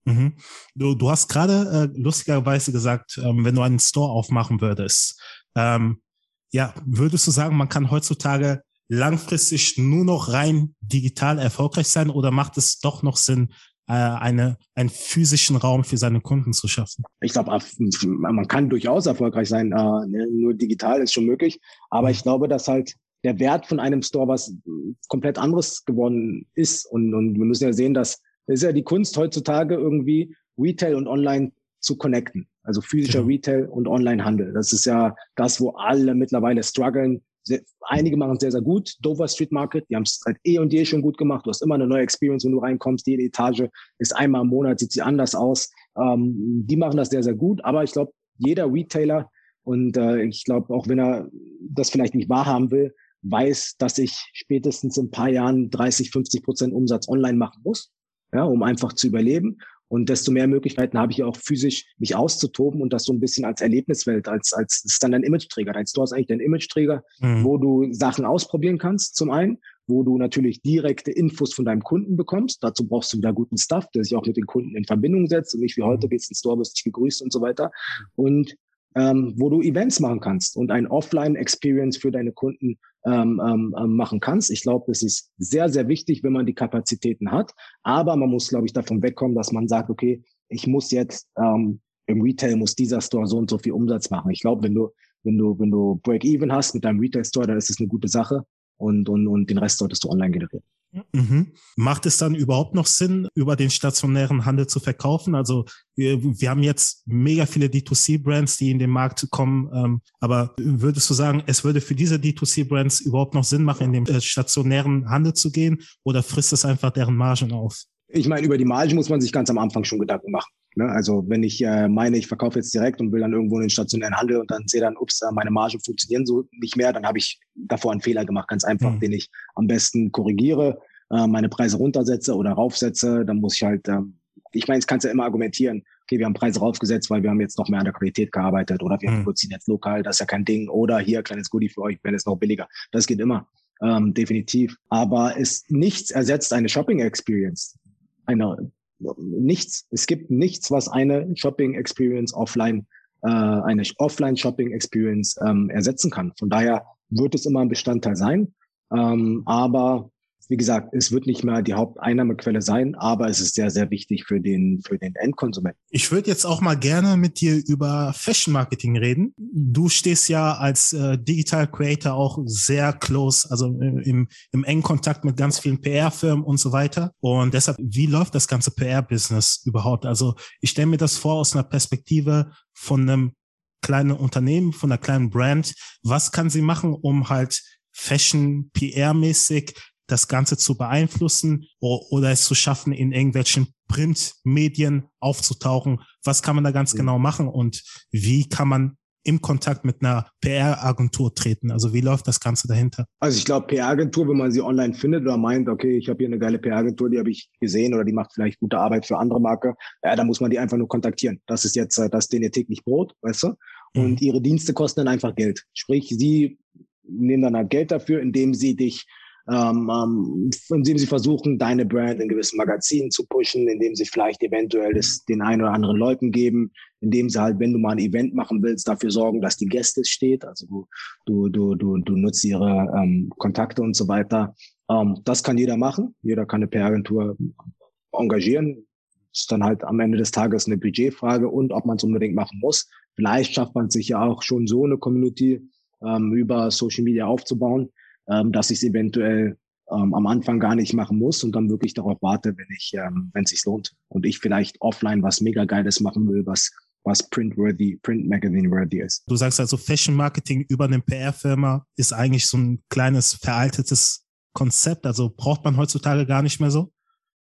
Mhm. Du, du hast gerade äh, lustigerweise gesagt, ähm, wenn du einen Store aufmachen würdest, ähm, ja, würdest du sagen, man kann heutzutage langfristig nur noch rein digital erfolgreich sein oder macht es doch noch Sinn, äh, eine, einen physischen Raum für seine Kunden zu schaffen? Ich glaube, man kann durchaus erfolgreich sein. Äh, nur digital ist schon möglich. Aber ich glaube, dass halt der Wert von einem Store was komplett anderes geworden ist. Und, und wir müssen ja sehen, dass es ist ja die Kunst heutzutage irgendwie Retail und Online zu connecten. Also physischer Genau. Retail und Online-Handel. Das ist ja das, wo alle mittlerweile strugglen. Sehr, einige machen es sehr, sehr gut. Dover Street Market, die haben es seit eh und je schon gut gemacht. Du hast immer eine neue Experience, wenn du reinkommst. Jede Etage ist einmal im Monat, sieht sie anders aus. Ähm, die machen das sehr, sehr gut. Aber ich glaube, jeder Retailer, und äh, ich glaube, auch wenn er das vielleicht nicht wahrhaben will, weiß, dass ich spätestens in ein paar Jahren dreißig, fünfzig Prozent Umsatz online machen muss, ja, um einfach zu überleben. Und desto mehr Möglichkeiten habe ich auch physisch, mich auszutoben und das so ein bisschen als Erlebniswelt, als, als ist dann dein Imageträger. Dein Store ist eigentlich dein Imageträger, mhm. wo du Sachen ausprobieren kannst, zum einen, wo du natürlich direkte Infos von deinem Kunden bekommst. Dazu brauchst du wieder guten Stuff, der sich auch mit den Kunden in Verbindung setzt und nicht wie heute gehst in den Store, wirst dich gegrüßt und so weiter. Und ähm, wo du Events machen kannst und ein Offline-Experience für deine Kunden ähm, ähm, machen kannst. Ich glaube, das ist sehr, sehr wichtig, wenn man die Kapazitäten hat. Aber man muss, glaube ich, davon wegkommen, dass man sagt, okay, ich muss jetzt ähm, im Retail muss dieser Store so und so viel Umsatz machen. Ich glaube, wenn du wenn du wenn du Break-Even hast mit deinem Retail-Store, dann ist es eine gute Sache und und und den Rest solltest du online generieren. Mhm. Macht es dann überhaupt noch Sinn, über den stationären Handel zu verkaufen? Also wir, wir haben jetzt mega viele D zwei C-Brands, die in den Markt kommen. Ähm, aber würdest du sagen, es würde für diese D zwei C-Brands überhaupt noch Sinn machen, in den äh, stationären Handel zu gehen? Oder frisst es einfach deren Margen auf? Ich meine, über die Marge muss man sich ganz am Anfang schon Gedanken machen. Ne? Also wenn ich äh, meine, ich verkaufe jetzt direkt und will dann irgendwo in den stationären Handel und dann sehe dann, ups, meine Margen funktionieren so nicht mehr, dann habe ich davor einen Fehler gemacht, ganz einfach, mhm. den ich am besten korrigiere, äh, meine Preise runtersetze oder raufsetze. Dann muss ich halt, äh, ich meine, es kannst ja immer argumentieren, okay, wir haben Preise raufgesetzt, weil wir haben jetzt noch mehr an der Qualität gearbeitet oder wir mhm. produzieren jetzt lokal, das ist ja kein Ding. Oder hier, kleines Goodie für euch, wenn es noch billiger. Das geht immer, ähm, definitiv. Aber es nichts ersetzt eine Shopping-Experience. Eine, nichts. Es gibt nichts, was eine Shopping-Experience offline, äh, eine Offline-Shopping-Experience ähm, ersetzen kann. Von daher wird es immer ein Bestandteil sein. Ähm, aber wie gesagt, es wird nicht mehr die Haupteinnahmequelle sein, aber es ist sehr, sehr wichtig für den, für den Endkonsumenten. Ich würde jetzt auch mal gerne mit dir über Fashion Marketing reden. Du stehst ja als äh, Digital Creator auch sehr close, also im, im engen Kontakt mit ganz vielen P R-Firmen und so weiter. Und deshalb, wie läuft das ganze P R-Business überhaupt? Also ich stelle mir das vor aus einer Perspektive von einem kleinen Unternehmen, von einer kleinen Brand. Was kann sie machen, um halt Fashion P R-mäßig das Ganze zu beeinflussen oder es zu schaffen, in irgendwelchen Printmedien aufzutauchen? Was kann man da ganz genau machen und wie kann man im Kontakt mit einer P R-Agentur treten? Also wie läuft das Ganze dahinter? Also ich glaube, P R-Agentur, wenn man sie online findet oder meint, okay, ich habe hier eine geile P R-Agentur, die habe ich gesehen oder die macht vielleicht gute Arbeit für andere Marken, ja, da muss man die einfach nur kontaktieren. Das ist jetzt das ist denen ihr täglich Brot, weißt du? Und mhm. ihre Dienste kosten dann einfach Geld. Sprich, sie nehmen dann halt Geld dafür, indem sie dich Ähm, ähm, indem sie versuchen, deine Brand in gewissen Magazinen zu pushen, indem sie vielleicht eventuell das den einen oder anderen Leuten geben, indem sie halt, wenn du mal ein Event machen willst, dafür sorgen, dass die Gäste steht. Also du, du, du, du, du nutzt ihre ähm, Kontakte und so weiter. Ähm, das kann jeder machen. Jeder kann eine P R-Agentur engagieren. Ist dann halt am Ende des Tages eine Budgetfrage und ob man es unbedingt machen muss. Vielleicht schafft man sich ja auch schon so eine Community ähm, über Social Media aufzubauen, ähm, dass ich es eventuell ähm, am Anfang gar nicht machen muss und dann wirklich darauf warte, wenn ich, ähm, wenn es sich lohnt und ich vielleicht offline was mega Geiles machen will, was was printworthy, print-magazine-worthy ist. Du sagst also, Fashion Marketing über eine P R-Firma ist eigentlich so ein kleines veraltetes Konzept. Also braucht man heutzutage gar nicht mehr so?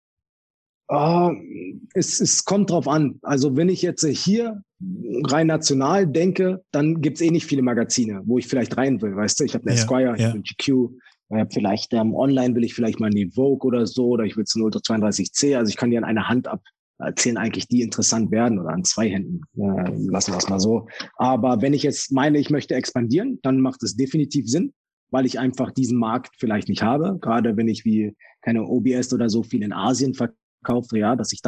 Uh, es, es kommt drauf an. Also wenn ich jetzt hier rein national denke, dann gibt's eh nicht viele Magazine, wo ich vielleicht rein will. Weißt du, ich habe eine ja, Esquire, ich ja. habe eine G Q, ich hab vielleicht ähm, online will ich vielleicht mal in die Vogue oder so, oder ich will zu Ultra zweiunddreißig C. Also ich kann die an einer Hand abzählen, eigentlich die interessant werden oder an zwei Händen. Äh, lassen wir es mal so. Aber wenn ich jetzt meine, ich möchte expandieren, dann macht es definitiv Sinn, weil ich einfach diesen Markt vielleicht nicht habe. Gerade wenn ich wie keine O B S oder so viel in Asien verkaufe, kaufe, ja, dass ich da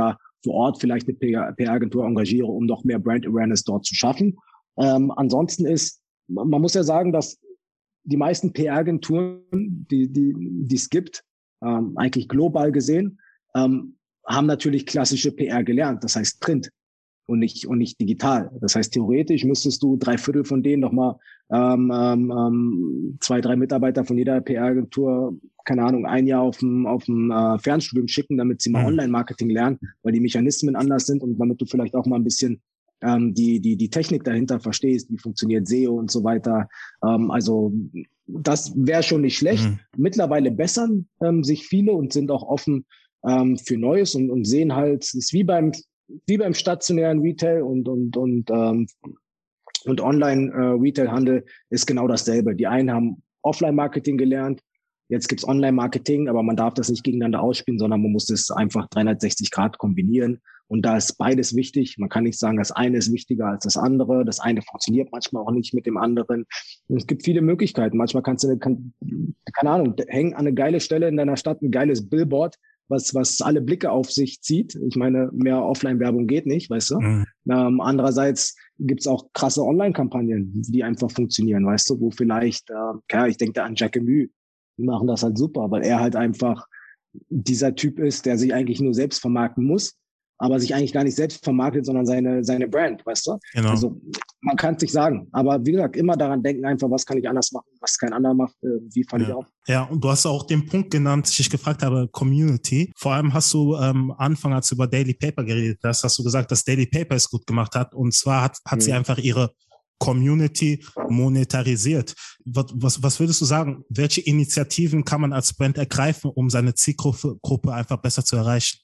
vor Ort vielleicht eine P R-Agentur engagiere, um noch mehr Brand Awareness dort zu schaffen. Ähm, ansonsten ist, man muss ja sagen, dass die meisten P R-Agenturen, die die die es gibt, ähm, eigentlich global gesehen, ähm, haben natürlich klassische P R gelernt, das heißt Print und nicht und nicht digital. Das heißt, theoretisch müsstest du drei Viertel von denen nochmal ähm, ähm, zwei, drei Mitarbeiter von jeder P R-Agentur, keine Ahnung, ein Jahr auf dem auf dem äh, Fernstudium schicken, damit sie mal Mhm. Online-Marketing lernen, weil die Mechanismen anders sind und damit du vielleicht auch mal ein bisschen ähm, die die die Technik dahinter verstehst, wie funktioniert S E O und so weiter. Ähm, also das wäre schon nicht schlecht. Mhm. Mittlerweile bessern ähm, sich viele und sind auch offen ähm, für Neues und, und sehen halt, es ist wie beim wie beim stationären Retail und und und ähm, und Online-Retail-Handel ist genau dasselbe. Die einen haben Offline-Marketing gelernt, jetzt gibt's Online-Marketing, aber man darf das nicht gegeneinander ausspielen, sondern man muss das einfach dreihundertsechzig Grad kombinieren. Und da ist beides wichtig. Man kann nicht sagen, das eine ist wichtiger als das andere. Das eine funktioniert manchmal auch nicht mit dem anderen. Und es gibt viele Möglichkeiten. Manchmal kannst du, kann, keine Ahnung, häng an eine geile Stelle in deiner Stadt ein geiles Billboard, was, was alle Blicke auf sich zieht. Ich meine, mehr Offline-Werbung geht nicht, weißt du? Mhm. Ähm, andererseits gibt's auch krasse Online-Kampagnen, die einfach funktionieren, weißt du, wo vielleicht, äh, ja, ich denke da an Jacquemus, die machen das halt super, weil er halt einfach dieser Typ ist, der sich eigentlich nur selbst vermarkten muss, aber sich eigentlich gar nicht selbst vermarktet, sondern seine seine Brand, weißt du? Genau. Also man kann es nicht sagen, aber wie gesagt, immer daran denken einfach, was kann ich anders machen, was kein anderer macht, äh, wie falle ja. ich auf. Ja, und du hast auch den Punkt genannt, dass ich gefragt habe, Community. Vor allem hast du ähm, Anfang, als du über Daily Paper geredet hast, hast du gesagt, dass Daily Paper es gut gemacht hat. Und zwar hat, hat mhm. sie einfach ihre Community monetarisiert. Was, was, was würdest du sagen? Welche Initiativen kann man als Brand ergreifen, um seine Zielgruppe Gruppe einfach besser zu erreichen?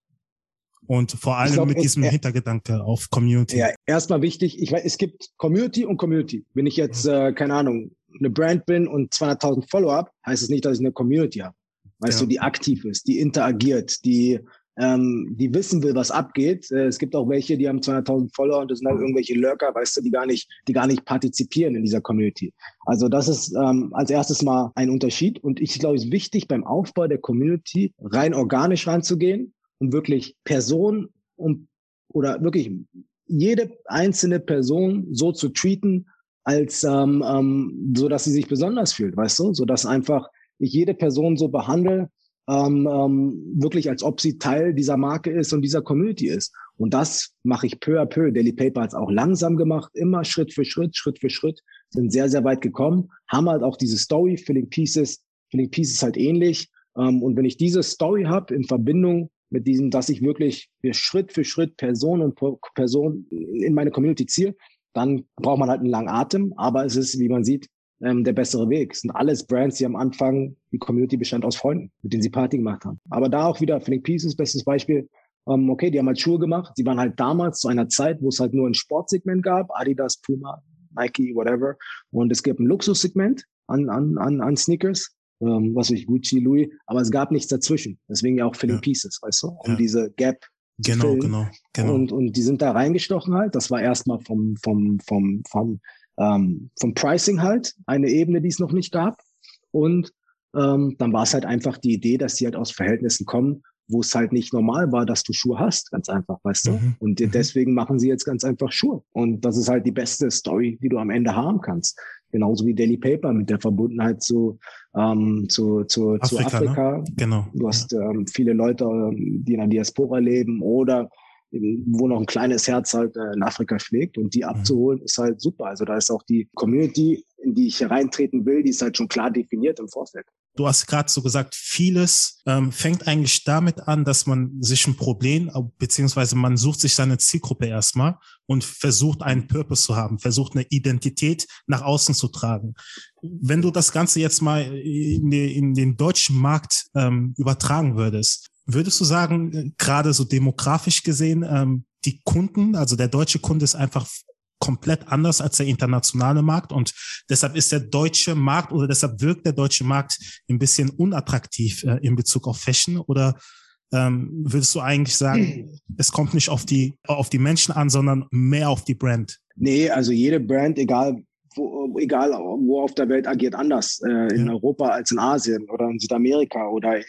Und vor allem glaub, mit diesem äh, Hintergedanke auf Community. Ja, erstmal wichtig, ich weiß, es gibt Community und Community. Wenn ich jetzt, äh, keine Ahnung, eine Brand bin und zweihunderttausend Follower habe, heißt es das nicht, dass ich eine Community habe. Weißt ja. du, die aktiv ist, die interagiert, die ähm, die wissen will, was abgeht. Äh, es gibt auch welche, die haben zweihunderttausend Follower und das sind halt irgendwelche Lurker, weißt du, die gar nicht, die gar nicht partizipieren in dieser Community. Also das ist ähm, als erstes mal ein Unterschied. Und ich glaube, es ist wichtig, beim Aufbau der Community rein organisch ranzugehen, um wirklich Personen um, oder wirklich jede einzelne Person so zu treaten, als ähm, ähm, so, dass sie sich besonders fühlt, weißt du, so dass einfach ich jede Person so behandle, ähm, ähm, wirklich als ob sie Teil dieser Marke ist und dieser Community ist. Und das mache ich peu à peu. Daily Paper hat es auch langsam gemacht, immer Schritt für Schritt, Schritt für Schritt, sind sehr, sehr weit gekommen, haben halt auch diese Story, Filling Pieces, Filling Pieces halt ähnlich. Ähm, und wenn ich diese Story habe in Verbindung mit diesem, dass ich wirklich Schritt für Schritt Person und Person in meine Community ziehe, dann braucht man halt einen langen Atem, aber es ist, wie man sieht, ähm, der bessere Weg. Es sind alles Brands, die am Anfang die Community bestand aus Freunden, mit denen sie Party gemacht haben. Aber da auch wieder Filling Pieces, bestes Beispiel, ähm, okay, die haben halt Schuhe gemacht, die waren halt damals zu einer Zeit, wo es halt nur ein Sportsegment gab, Adidas, Puma, Nike, whatever, und es gibt ein Luxussegment an, an, an, an Sneakers, ähm, was weiß ich, Gucci, Louis, aber es gab nichts dazwischen. Deswegen ja auch Filling ja. Pieces, weißt du, um ja. diese Gap zu genau, füllen. genau, genau. Und, und die sind da reingestochen halt. Das war erstmal vom, vom, vom, vom, ähm, vom Pricing halt eine Ebene, die es noch nicht gab. Und ähm, dann war es halt einfach die Idee, dass sie halt aus Verhältnissen kommen, wo es halt nicht normal war, dass du Schuhe hast, ganz einfach, weißt du? Mhm. Und mhm. deswegen machen sie jetzt ganz einfach Schuhe. Und das ist halt die beste Story, die du am Ende haben kannst. Genauso wie Daily Paper mit der Verbundenheit zu ähm, zu zu Afrika. Zu Afrika. Ne? Genau. Du hast ähm, viele Leute, die in der Diaspora leben oder wo noch ein kleines Herz halt äh, in Afrika schlägt und die abzuholen, mhm. ist halt super. Also da ist auch die Community, in die ich hereintreten will, die ist halt schon klar definiert im Vorfeld. Du hast gerade so gesagt, vieles ähm, fängt eigentlich damit an, dass man sich ein Problem, beziehungsweise man sucht sich seine Zielgruppe erstmal und versucht einen Purpose zu haben, versucht eine Identität nach außen zu tragen. Wenn du das Ganze jetzt mal in, die, in den deutschen Markt ähm, übertragen würdest, würdest du sagen, gerade so demografisch gesehen, ähm, die Kunden, also der deutsche Kunde ist einfach komplett anders als der internationale Markt und deshalb ist der deutsche Markt oder deshalb wirkt der deutsche Markt ein bisschen unattraktiv äh, in Bezug auf Fashion oder ähm, würdest du eigentlich sagen, es kommt nicht auf die auf die Menschen an, sondern mehr auf die Brand? Nee, also jede Brand, egal wo, egal wo auf der Welt, agiert anders äh, in ja. Europa als in Asien oder in Südamerika oder in,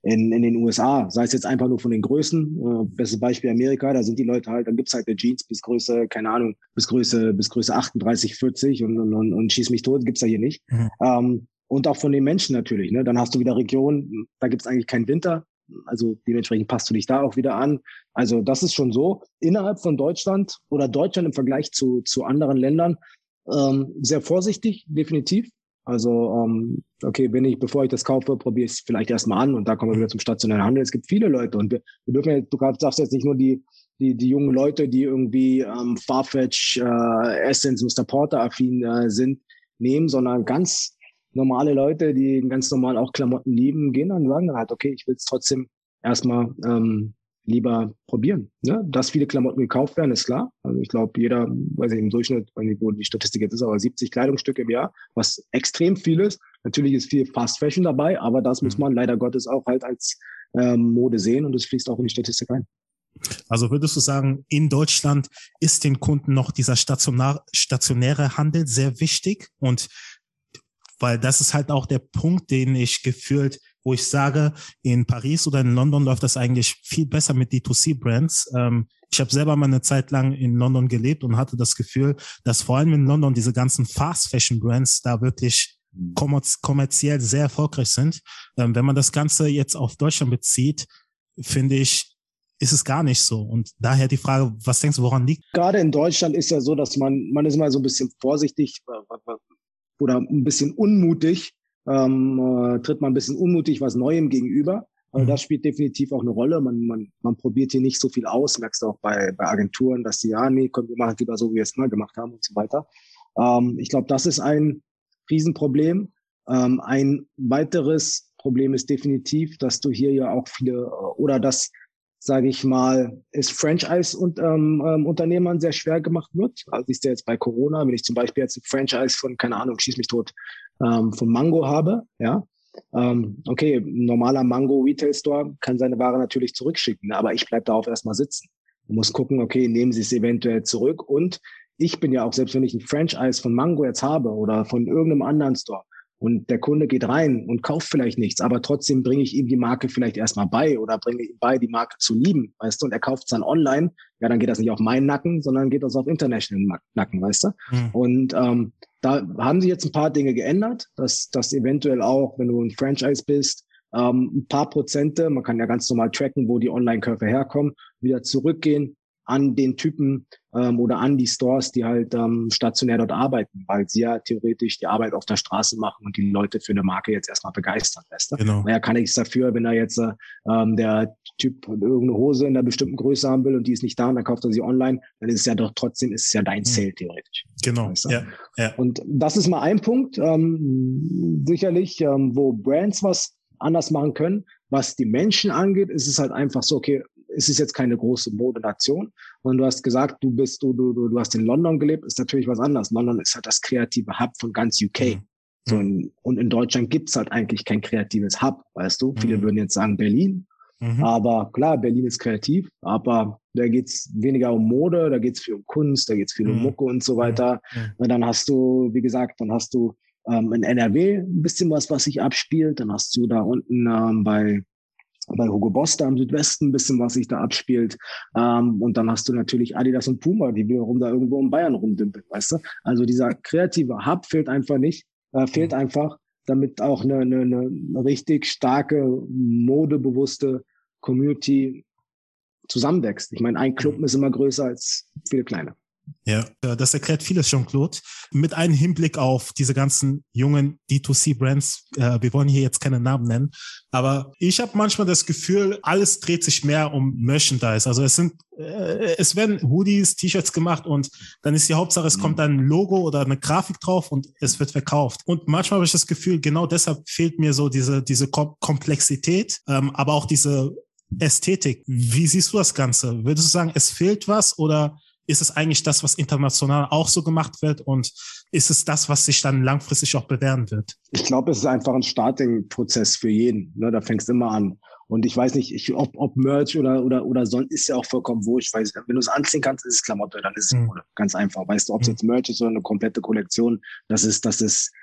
in, in den U S A, sei es jetzt einfach nur von den Größen, äh, bestes Beispiel Amerika, da sind die Leute halt, dann gibt's halt eine Jeans bis Größe, keine Ahnung, bis Größe, bis Größe achtunddreißig, vierzig und, und, und, und schieß mich tot, gibt's da hier nicht. Mhm. Ähm, und auch von den Menschen natürlich, ne? Dann hast du wieder Regionen, da gibt's eigentlich keinen Winter, also dementsprechend passt du dich da auch wieder an. Also das ist schon so. Innerhalb von Deutschland oder Deutschland im Vergleich zu, zu anderen Ländern ähm, sehr vorsichtig, definitiv. Also, ähm, okay, wenn ich, bevor ich das kaufe, probiere ich es vielleicht erstmal an und da kommen wir wieder zum stationären Handel. Es gibt viele Leute und wir, wir dürfen ja, du darfst jetzt nicht nur die, die, die jungen Leute, die irgendwie ähm, Farfetch, äh, Essence, Mister Porter affin äh, sind, nehmen, sondern ganz normale Leute, die ganz normal auch Klamotten lieben, gehen dann und sagen dann halt, okay, ich will es trotzdem erstmal ähm, lieber probieren. Ne? Dass viele Klamotten gekauft werden, ist klar. Also ich glaube, jeder, weiß ich, im Durchschnitt, weiß nicht, wo die Statistik jetzt ist, aber siebzig Kleidungsstücke im Jahr, was extrem viel ist. Natürlich ist viel Fast Fashion dabei, aber das mhm. muss man leider Gottes auch halt als ähm, Mode sehen und es fließt auch in die Statistik ein. Also würdest du sagen, in Deutschland ist den Kunden noch dieser stationär, stationäre Handel sehr wichtig? Und weil das ist halt auch der Punkt, den ich gefühlt, wo ich sage, in Paris oder in London läuft das eigentlich viel besser mit D zwei C-Brands. Ähm, ich habe selber mal eine Zeit lang in London gelebt und hatte das Gefühl, dass vor allem in London diese ganzen Fast-Fashion-Brands da wirklich kommer- kommerziell sehr erfolgreich sind. Ähm, wenn man das Ganze jetzt auf Deutschland bezieht, finde ich, ist es gar nicht so. Und daher die Frage, was denkst du, woran liegt? Gerade in Deutschland ist ja so, dass man, man ist immer so ein bisschen vorsichtig oder ein bisschen unmutig, ähm, äh, tritt man ein bisschen unmutig was Neuem gegenüber. Also mhm. das spielt definitiv auch eine Rolle. Man, man, man probiert hier nicht so viel aus, merkst du auch bei, bei Agenturen, dass die, ja, nee, komm, wir machen es lieber so, wie wir es mal gemacht haben und so weiter. Ähm, ich glaube, das ist ein Riesenproblem. Ähm, ein weiteres Problem ist definitiv, dass du hier ja auch viele, oder dass, sage ich mal, es Franchise und ähm, ähm, Unternehmern sehr schwer gemacht wird. Also siehst du jetzt bei Corona, wenn ich zum Beispiel jetzt ein Franchise von, keine Ahnung, schieß mich tot, ähm, von Mango habe, ja, ähm, okay, ein normaler Mango Retail Store kann seine Ware natürlich zurückschicken, aber ich bleib darauf erstmal sitzen. Man muss gucken, okay, nehmen sie es eventuell zurück und ich bin ja auch, selbst wenn ich ein Franchise von Mango jetzt habe oder von irgendeinem anderen Store, und der Kunde geht rein und kauft vielleicht nichts, aber trotzdem bringe ich ihm die Marke vielleicht erstmal bei oder bringe ihm bei, die Marke zu lieben, weißt du, und er kauft es dann online, ja, dann geht das nicht auf meinen Nacken, sondern geht das auf internationalen Nacken, weißt du. Mhm. Und ähm, da haben sich jetzt ein paar Dinge geändert, dass das eventuell auch, wenn du ein Franchise bist, ähm, ein paar Prozente, man kann ja ganz normal tracken, wo die Online-Käufer herkommen, wieder zurückgehen an den Typen ähm, oder an die Stores, die halt ähm, stationär dort arbeiten, weil sie ja theoretisch die Arbeit auf der Straße machen und die Leute für eine Marke jetzt erstmal begeistern, weißt du? Genau. Naja, kann nichts dafür, wenn da jetzt äh, ähm, der Typ irgendeine Hose in einer bestimmten Größe haben will und die ist nicht da und dann kauft er sie online, dann ist es ja doch trotzdem, ist es ja dein Sale theoretisch. Genau, weißt du? ja, ja. Und das ist mal ein Punkt, ähm, sicherlich, ähm, wo Brands was anders machen können. Was die Menschen angeht, ist es halt einfach so, okay, es ist jetzt keine große Modenation. Und du hast gesagt, du bist, du, du, du hast in London gelebt, ist natürlich was anderes. London ist halt das kreative Hub von ganz U K. Mhm. So in, und in Deutschland gibt's halt eigentlich kein kreatives Hub, weißt du? Mhm. Viele würden jetzt sagen Berlin. Mhm. Aber klar, Berlin ist kreativ, aber da geht's weniger um Mode, da geht's viel um Kunst, da geht's viel mhm. um Mucke und so weiter. Mhm. Und dann hast du, wie gesagt, dann hast du ähm, in N R W ein bisschen was, was sich abspielt. Dann hast du da unten ähm, bei bei Hugo Boss da im Südwesten ein bisschen, was sich da abspielt. Ähm, und dann hast du natürlich Adidas und Puma, die wiederum da irgendwo in Bayern rumdümpeln, weißt du? Also dieser kreative Hub fehlt einfach nicht, äh, fehlt mhm. einfach, damit auch eine, eine, eine richtig starke, modebewusste Community zusammenwächst. Ich meine, ein Club mhm. ist immer größer als viele kleine. Ja, das erklärt vieles, Jean-Claude. Mit einem Hinblick auf diese ganzen jungen D zwei C-Brands, äh, wir wollen hier jetzt keine Namen nennen, aber ich habe manchmal das Gefühl, alles dreht sich mehr um Merchandise. Also es sind, äh, es werden Hoodies, T-Shirts gemacht und dann ist die Hauptsache, es mhm. kommt ein Logo oder eine Grafik drauf und es wird verkauft. Und manchmal habe ich das Gefühl, genau deshalb fehlt mir so diese diese Kom- Komplexität, ähm, aber auch diese Ästhetik. Wie siehst du das Ganze? Würdest du sagen, es fehlt was oder ist es eigentlich das, was international auch so gemacht wird und ist es das, was sich dann langfristig auch bewähren wird? Ich glaube, es ist einfach ein Starting-Prozess für jeden. Ne? Da fängst du immer an. Und ich weiß nicht, ich, ob, ob Merch oder oder oder sonst ist ja auch vollkommen wurscht. Weil wenn du es anziehen kannst, ist es Klamotte, dann ist es mhm. ganz einfach. Weißt du, ob es mhm. jetzt Merch ist oder eine komplette Kollektion, das ist das ist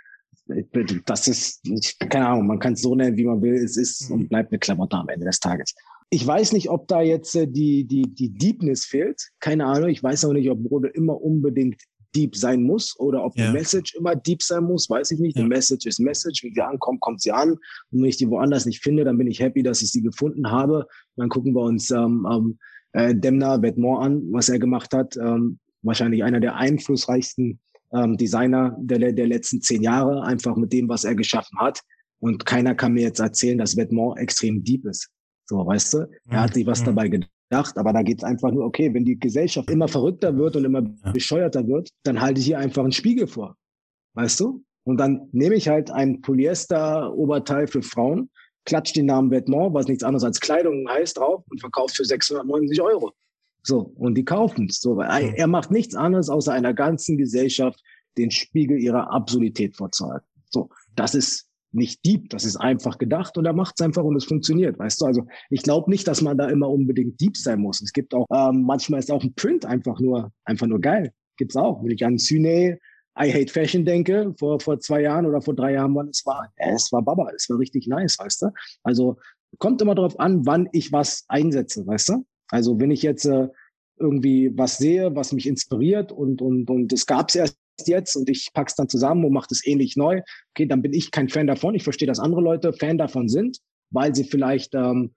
das ist, keine Ahnung, man kann es so nennen, wie man will, es ist und bleibt eine Klamotte am Ende des Tages. Ich weiß nicht, ob da jetzt äh, die, die, die Deepness fehlt. Keine Ahnung. Ich weiß auch nicht, ob Mode immer unbedingt deep sein muss oder ob ja. die Message immer deep sein muss, weiß ich nicht. Ja. Die Message ist Message. Wie sie ankommt, kommt sie an. Und wenn ich die woanders nicht finde, dann bin ich happy, dass ich sie gefunden habe. Dann gucken wir uns ähm, ähm, äh, Demna Vetements an, was er gemacht hat. Ähm, wahrscheinlich einer der einflussreichsten ähm, Designer der, der letzten zehn Jahre, einfach mit dem, was er geschaffen hat. Und keiner kann mir jetzt erzählen, dass Vetements extrem deep ist. So, weißt du? Er hat sich was dabei gedacht, aber da geht es einfach nur, okay, wenn die Gesellschaft immer verrückter wird und immer ja. bescheuerter wird, dann halte ich hier einfach einen Spiegel vor. Weißt du? Und dann nehme ich halt ein Polyester-Oberteil für Frauen, klatsche den Namen Vetements, was nichts anderes als Kleidung heißt, drauf und verkauft für sechshundertneunzig Euro. So, und die kaufen es. So, weil er macht nichts anderes, außer einer ganzen Gesellschaft den Spiegel ihrer Absolutität vorzuhalten. So, das ist nicht deep, das ist einfach gedacht und er macht es einfach und es funktioniert, weißt du? Also ich glaube nicht, dass man da immer unbedingt deep sein muss. Es gibt auch, ähm, manchmal ist auch ein Print einfach nur einfach nur geil. Gibt's auch. Wenn ich an Sune, I Hate Fashion denke, vor vor zwei Jahren oder vor drei Jahren, wann es war, ja, es war Baba, es war richtig nice, weißt du? Also kommt immer darauf an, wann ich was einsetze, weißt du? Also wenn ich jetzt äh, irgendwie was sehe, was mich inspiriert und und und es gab's erst jetzt und ich pack's dann zusammen und mache das ähnlich neu, okay, dann bin ich kein Fan davon. Ich verstehe, dass andere Leute Fan davon sind, weil sie vielleicht ähm,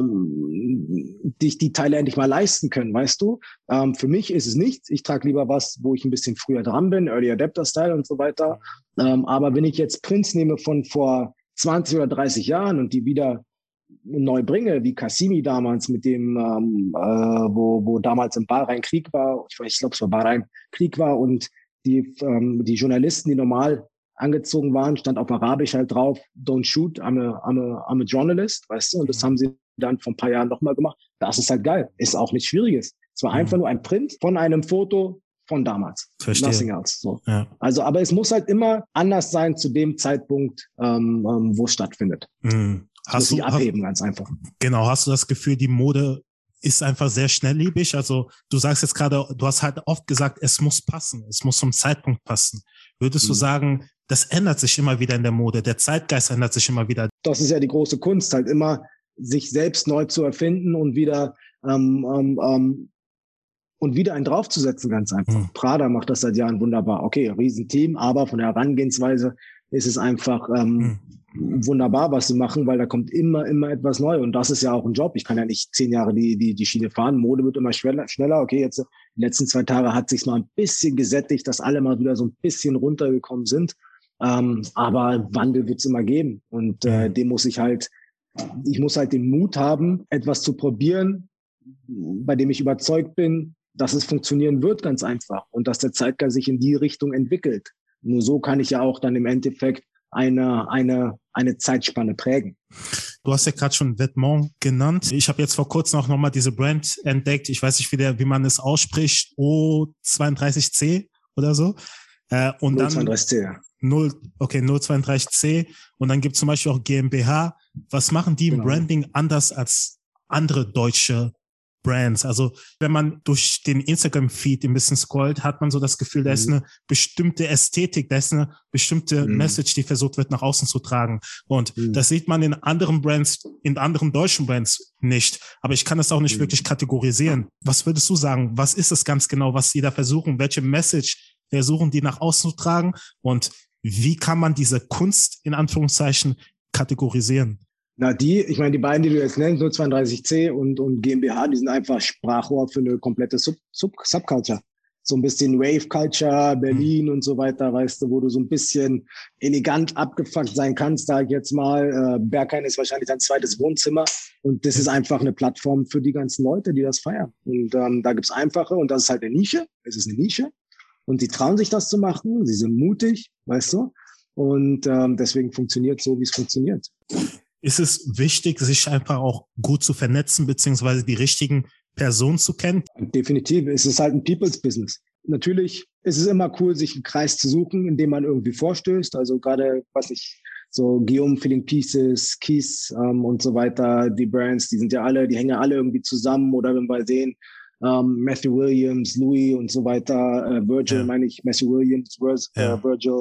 ähm, die, die Teile endlich mal leisten können, weißt du? Ähm, für mich ist es nichts. Ich trage lieber was, wo ich ein bisschen früher dran bin, Early Adapter Style und so weiter. Ähm, aber wenn ich jetzt Prints nehme von vor zwanzig oder dreißig Jahren und die wieder neu bringe, wie Cassimi damals mit dem, ähm, äh, wo, wo damals im Bahrain Krieg war, ich, ich glaube, es war Bahrain Krieg war und die, ähm, die Journalisten, die normal angezogen waren, stand auf Arabisch halt drauf, don't shoot, I'm a, I'm a, I'm a journalist, weißt du, und das haben sie dann vor ein paar Jahren nochmal gemacht. Das ist halt geil. Ist auch nichts Schwieriges. Es war mhm. einfach nur ein Print von einem Foto von damals. Verstehe. Nothing else. So. Ja. Also, aber es muss halt immer anders sein zu dem Zeitpunkt, ähm, ähm, wo es stattfindet. Mhm. Hast muss du abheben, hast, ganz einfach. Genau, hast du das Gefühl, die Mode ist einfach sehr schnelllebig? Also du sagst jetzt gerade, du hast halt oft gesagt, es muss passen, es muss zum Zeitpunkt passen. Würdest mhm. du sagen, das ändert sich immer wieder in der Mode, der Zeitgeist ändert sich immer wieder? Das ist ja die große Kunst, halt immer sich selbst neu zu erfinden und wieder ähm, ähm, ähm, und wieder einen draufzusetzen, ganz einfach. Mhm. Prada macht das seit Jahren wunderbar. Okay, Riesenteam, aber von der Herangehensweise ist es einfach ähm, mhm. wunderbar, was sie machen, weil da kommt immer, immer etwas neu. Und das ist ja auch ein Job. Ich kann ja nicht zehn Jahre die, die, die Schiene fahren. Mode wird immer schneller. schneller. Okay, jetzt die letzten zwei Tage hat sich's mal ein bisschen gesättigt, dass alle mal wieder so ein bisschen runtergekommen sind. Ähm, aber Wandel wird's immer geben. Und äh, dem muss ich halt, ich muss halt den Mut haben, etwas zu probieren, bei dem ich überzeugt bin, dass es funktionieren wird, ganz einfach. Und dass der Zeitgeist sich in die Richtung entwickelt. Nur so kann ich ja auch dann im Endeffekt eine, eine, eine Zeitspanne prägen. Du hast ja gerade schon Vetements genannt. Ich habe jetzt vor kurzem auch nochmal diese Brand entdeckt. Ich weiß nicht, wie, der, wie man es ausspricht. O zweiunddreißig C oder so. Äh, und null dann zweiunddreißig C, ja. null, okay, null zweiunddreißig C. Und dann gibt es zum Beispiel auch GmbH. Was machen die im genau. Branding anders als andere deutsche Brands? Also wenn man durch den Instagram-Feed ein bisschen scrollt, hat man so das Gefühl, da ist eine bestimmte Ästhetik, da ist eine bestimmte mhm. Message, die versucht wird, nach außen zu tragen. Und mhm. das sieht man in anderen Brands, in anderen deutschen Brands nicht. Aber ich kann das auch nicht mhm. wirklich kategorisieren. Was würdest du sagen? Was ist es ganz genau, was die da versuchen? Welche Message versuchen die nach außen zu tragen? Und wie kann man diese Kunst in Anführungszeichen kategorisieren? Na, die, ich meine, die beiden, die du jetzt nennst, null zweiunddreißig C und, und GmbH, die sind einfach Sprachrohr für eine komplette Sub, Sub, Subculture. So ein bisschen Wave-Culture, Berlin mhm. und so weiter, weißt du, wo du so ein bisschen elegant abgefuckt sein kannst, sag ich jetzt mal. Äh, Berghain ist wahrscheinlich dein zweites Wohnzimmer und das ist einfach eine Plattform für die ganzen Leute, die das feiern. Und ähm, da gibt's einfache und das ist halt eine Nische. Es ist eine Nische und sie trauen sich das zu machen. Sie sind mutig, weißt du. Und ähm, deswegen funktioniert so, wie es funktioniert. Ist es wichtig, sich einfach auch gut zu vernetzen, beziehungsweise die richtigen Personen zu kennen? Definitiv. Es ist halt ein People's Business. Natürlich ist es immer cool, sich einen Kreis zu suchen, in dem man irgendwie vorstößt. Also gerade, was ich, so Guillaume Filling Pieces, Keys ähm, und so weiter, die Brands, die sind ja alle, die hängen alle irgendwie zusammen. Oder wenn wir sehen, ähm, Matthew Williams, Louis und so weiter, äh, Virgil, ja. meine ich, Matthew Williams, Vir- ja. äh, Virgil,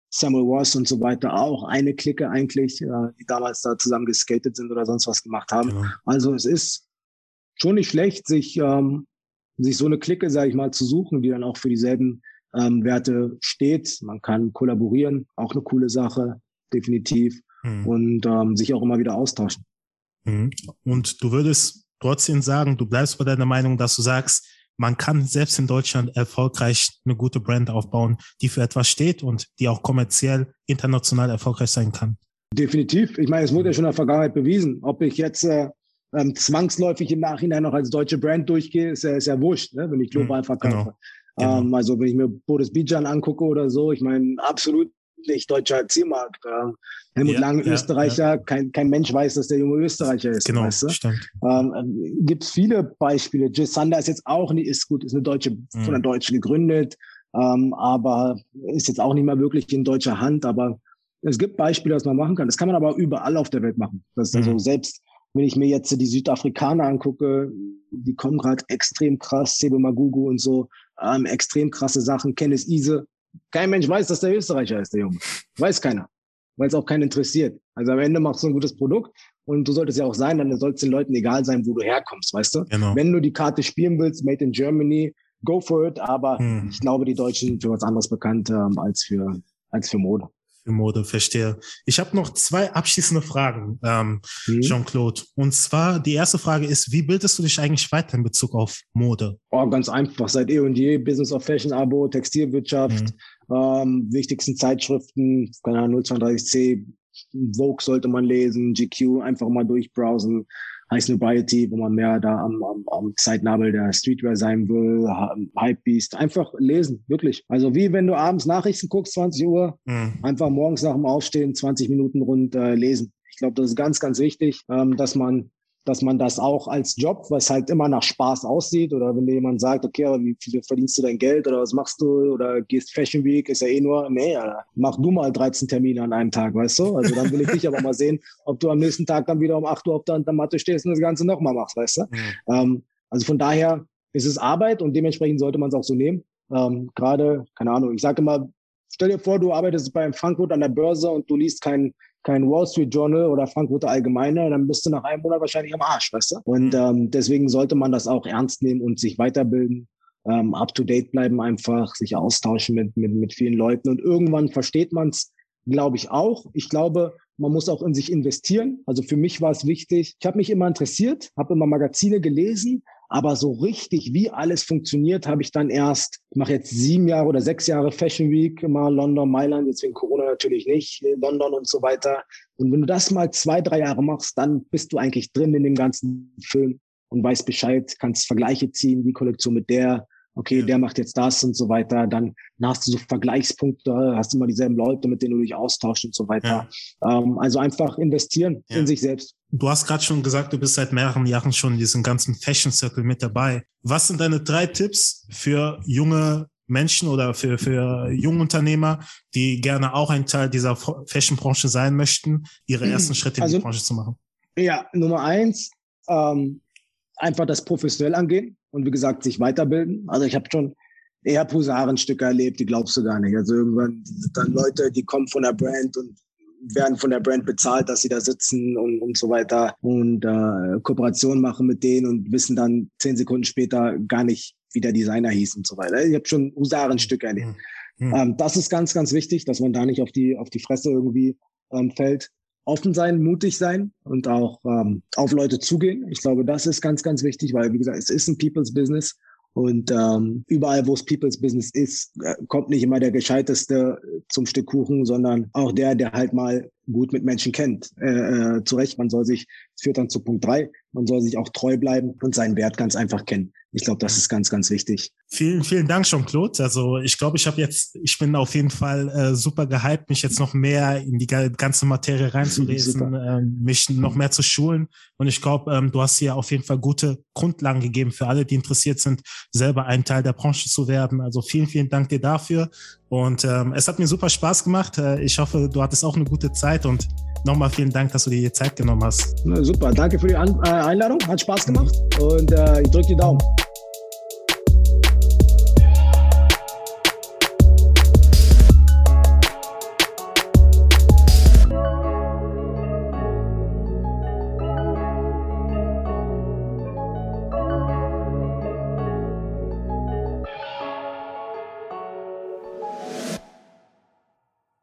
Samuel Ross und so weiter, auch eine Clique eigentlich, äh, die damals da zusammen geskatet sind oder sonst was gemacht haben. Genau. Also es ist schon nicht schlecht, sich, ähm, sich so eine Clique, sage ich mal, zu suchen, die dann auch für dieselben ähm, Werte steht. Man kann kollaborieren, auch eine coole Sache, definitiv. Mhm. Und ähm, sich auch immer wieder austauschen. Mhm. Und du würdest trotzdem sagen, du bleibst bei deiner Meinung, dass du sagst, man kann selbst in Deutschland erfolgreich eine gute Brand aufbauen, die für etwas steht und die auch kommerziell international erfolgreich sein kann. Definitiv. Ich meine, es wurde ja schon in der Vergangenheit bewiesen. Ob ich jetzt äh, ähm, zwangsläufig im Nachhinein noch als deutsche Brand durchgehe, ist ja, ist ja wurscht, ne? Wenn ich global verkaufe. Genau. Ähm, genau. Also wenn ich mir Boris Bijan angucke oder so, ich meine, absolut nicht deutscher Zielmarkt. Äh, Helmut ja, Lang, ja, Österreicher, ja. Kein, kein Mensch weiß, dass der junge Österreicher ist. Genau, weißt du? Stimmt. Ähm, gibt es viele Beispiele. Jay Sander ist jetzt auch nicht, ist gut, ist eine Deutsche, mhm. von einer Deutschen gegründet, ähm, aber ist jetzt auch nicht mehr wirklich in deutscher Hand. Aber es gibt Beispiele, was man machen kann. Das kann man aber überall auf der Welt machen. Das ist mhm. also selbst, wenn ich mir jetzt die Südafrikaner angucke, die kommen gerade extrem krass, Sebe Magugu und so, ähm, extrem krasse Sachen. Kenneth Ise. Kein Mensch weiß, dass der Österreicher ist, der Junge. Weiß keiner. Weil es auch keinen interessiert. Also am Ende machst du ein gutes Produkt und du solltest ja auch sein, dann soll es den Leuten egal sein, wo du herkommst, weißt du? Genau. Wenn du die Karte spielen willst, made in Germany, go for it, aber hm. ich glaube, die Deutschen sind für was anderes bekannt ähm, als für als für Mode. Für Mode, verstehe. Ich habe noch zwei abschließende Fragen, ähm, hm. Jean-Claude. Und zwar, die erste Frage ist, wie bildest du dich eigentlich weiter in Bezug auf Mode? Oh, ganz einfach, seit eh und je, Business of Fashion Abo, Textilwirtschaft, hm. Ähm, wichtigsten Zeitschriften, keine Ahnung, null zweiunddreißig C, Vogue sollte man lesen, G Q, einfach mal durchbrowsen, High Snobiety, wo man mehr da am, am, am Zeitnabel der Streetwear sein will, Hypebeast, einfach lesen, wirklich. Also wie wenn du abends Nachrichten guckst, zwanzig Uhr, mhm. einfach morgens nach dem Aufstehen zwanzig Minuten rund äh, lesen. Ich glaube, das ist ganz, ganz wichtig, ähm, dass man dass man das auch als Job, was halt immer nach Spaß aussieht, oder wenn dir jemand sagt, okay, aber wie viel verdienst du dein Geld oder was machst du oder gehst Fashion Week, ist ja eh nur, nee, Alter, mach du mal dreizehn Termine an einem Tag, weißt du? Also dann will ich dich aber mal sehen, ob du am nächsten Tag dann wieder um acht Uhr auf der, der Matte stehst und das Ganze nochmal machst, weißt du? Mhm. Ähm, also von daher ist es Arbeit und dementsprechend sollte man es auch so nehmen. Ähm, gerade, keine Ahnung, ich sage immer, stell dir vor, du arbeitest bei Frankfurt an der Börse und du liest kein kein Wall Street Journal oder Frankfurter Allgemeine, dann bist du nach einem Monat wahrscheinlich am Arsch, weißt du? Und ähm, deswegen sollte man das auch ernst nehmen und sich weiterbilden, ähm, up-to-date bleiben einfach, sich austauschen mit, mit, mit vielen Leuten. Und irgendwann versteht man es, glaube ich, auch. Ich glaube, man muss auch in sich investieren. Also für mich war es wichtig. Ich habe mich immer interessiert, habe immer Magazine gelesen, aber so richtig, wie alles funktioniert, habe ich dann erst, ich mache jetzt sieben Jahre oder sechs Jahre Fashion Week, immer London, Mailand, jetzt wegen Corona natürlich nicht, London und so weiter. Und wenn du das mal zwei, drei Jahre machst, dann bist du eigentlich drin in dem ganzen Film und weißt Bescheid, kannst Vergleiche ziehen, die Kollektion mit der, okay, der macht jetzt das und so weiter. Dann hast du so Vergleichspunkte, hast immer dieselben Leute, mit denen du dich austauschst und so weiter. Ja. Ähm, also einfach investieren ja. in sich selbst. Du hast gerade schon gesagt, du bist seit mehreren Jahren schon in diesem ganzen Fashion Circle mit dabei. Was sind deine drei Tipps für junge Menschen oder für, für junge Unternehmer, die gerne auch ein Teil dieser Fashion-Branche sein möchten, ihre ersten Schritte in also, die Branche zu machen? Ja, Nummer eins, ähm, einfach das professionell angehen und wie gesagt, sich weiterbilden. Also ich habe schon eher Posarenstücke erlebt, die glaubst du gar nicht. Also irgendwann sind dann Leute, die kommen von der Brand und werden von der Brand bezahlt, dass sie da sitzen und, und so weiter und äh, Kooperation machen mit denen und wissen dann zehn Sekunden später gar nicht, wie der Designer hieß und so weiter. Ich habe schon Husarenstücke erlebt. Mhm. Ähm, das ist ganz, ganz wichtig, dass man da nicht auf die auf die Fresse irgendwie ähm, fällt. Offen sein, mutig sein und auch ähm, auf Leute zugehen. Ich glaube, das ist ganz, ganz wichtig, weil, wie gesagt, es ist ein People's Business. Und ähm, überall, wo es People's Business ist, äh, kommt nicht immer der Gescheiteste zum Stück Kuchen, sondern auch der, der halt mal gut mit Menschen kennt. Äh, äh, zu Recht, man soll sich, das führt dann zu Punkt drei, man soll sich auch treu bleiben und seinen Wert ganz einfach kennen. Ich glaube, das ist ganz, ganz wichtig. Vielen, vielen Dank, Jean-Claude. Also ich glaube, ich habe jetzt, ich bin auf jeden Fall äh, super gehypt, mich jetzt noch mehr in die ganze Materie reinzulesen, äh, mich noch mehr zu schulen. Und ich glaube, ähm, du hast hier auf jeden Fall gute Grundlagen gegeben für alle, die interessiert sind, selber ein Teil der Branche zu werden. Also vielen, vielen Dank dir dafür. Und ähm, es hat mir super Spaß gemacht. Äh, ich hoffe, du hattest auch eine gute Zeit und nochmal vielen Dank, dass du dir die Zeit genommen hast. Na, super, danke für die An- äh, Einladung, hat Spaß gemacht und äh, ich drücke die Daumen.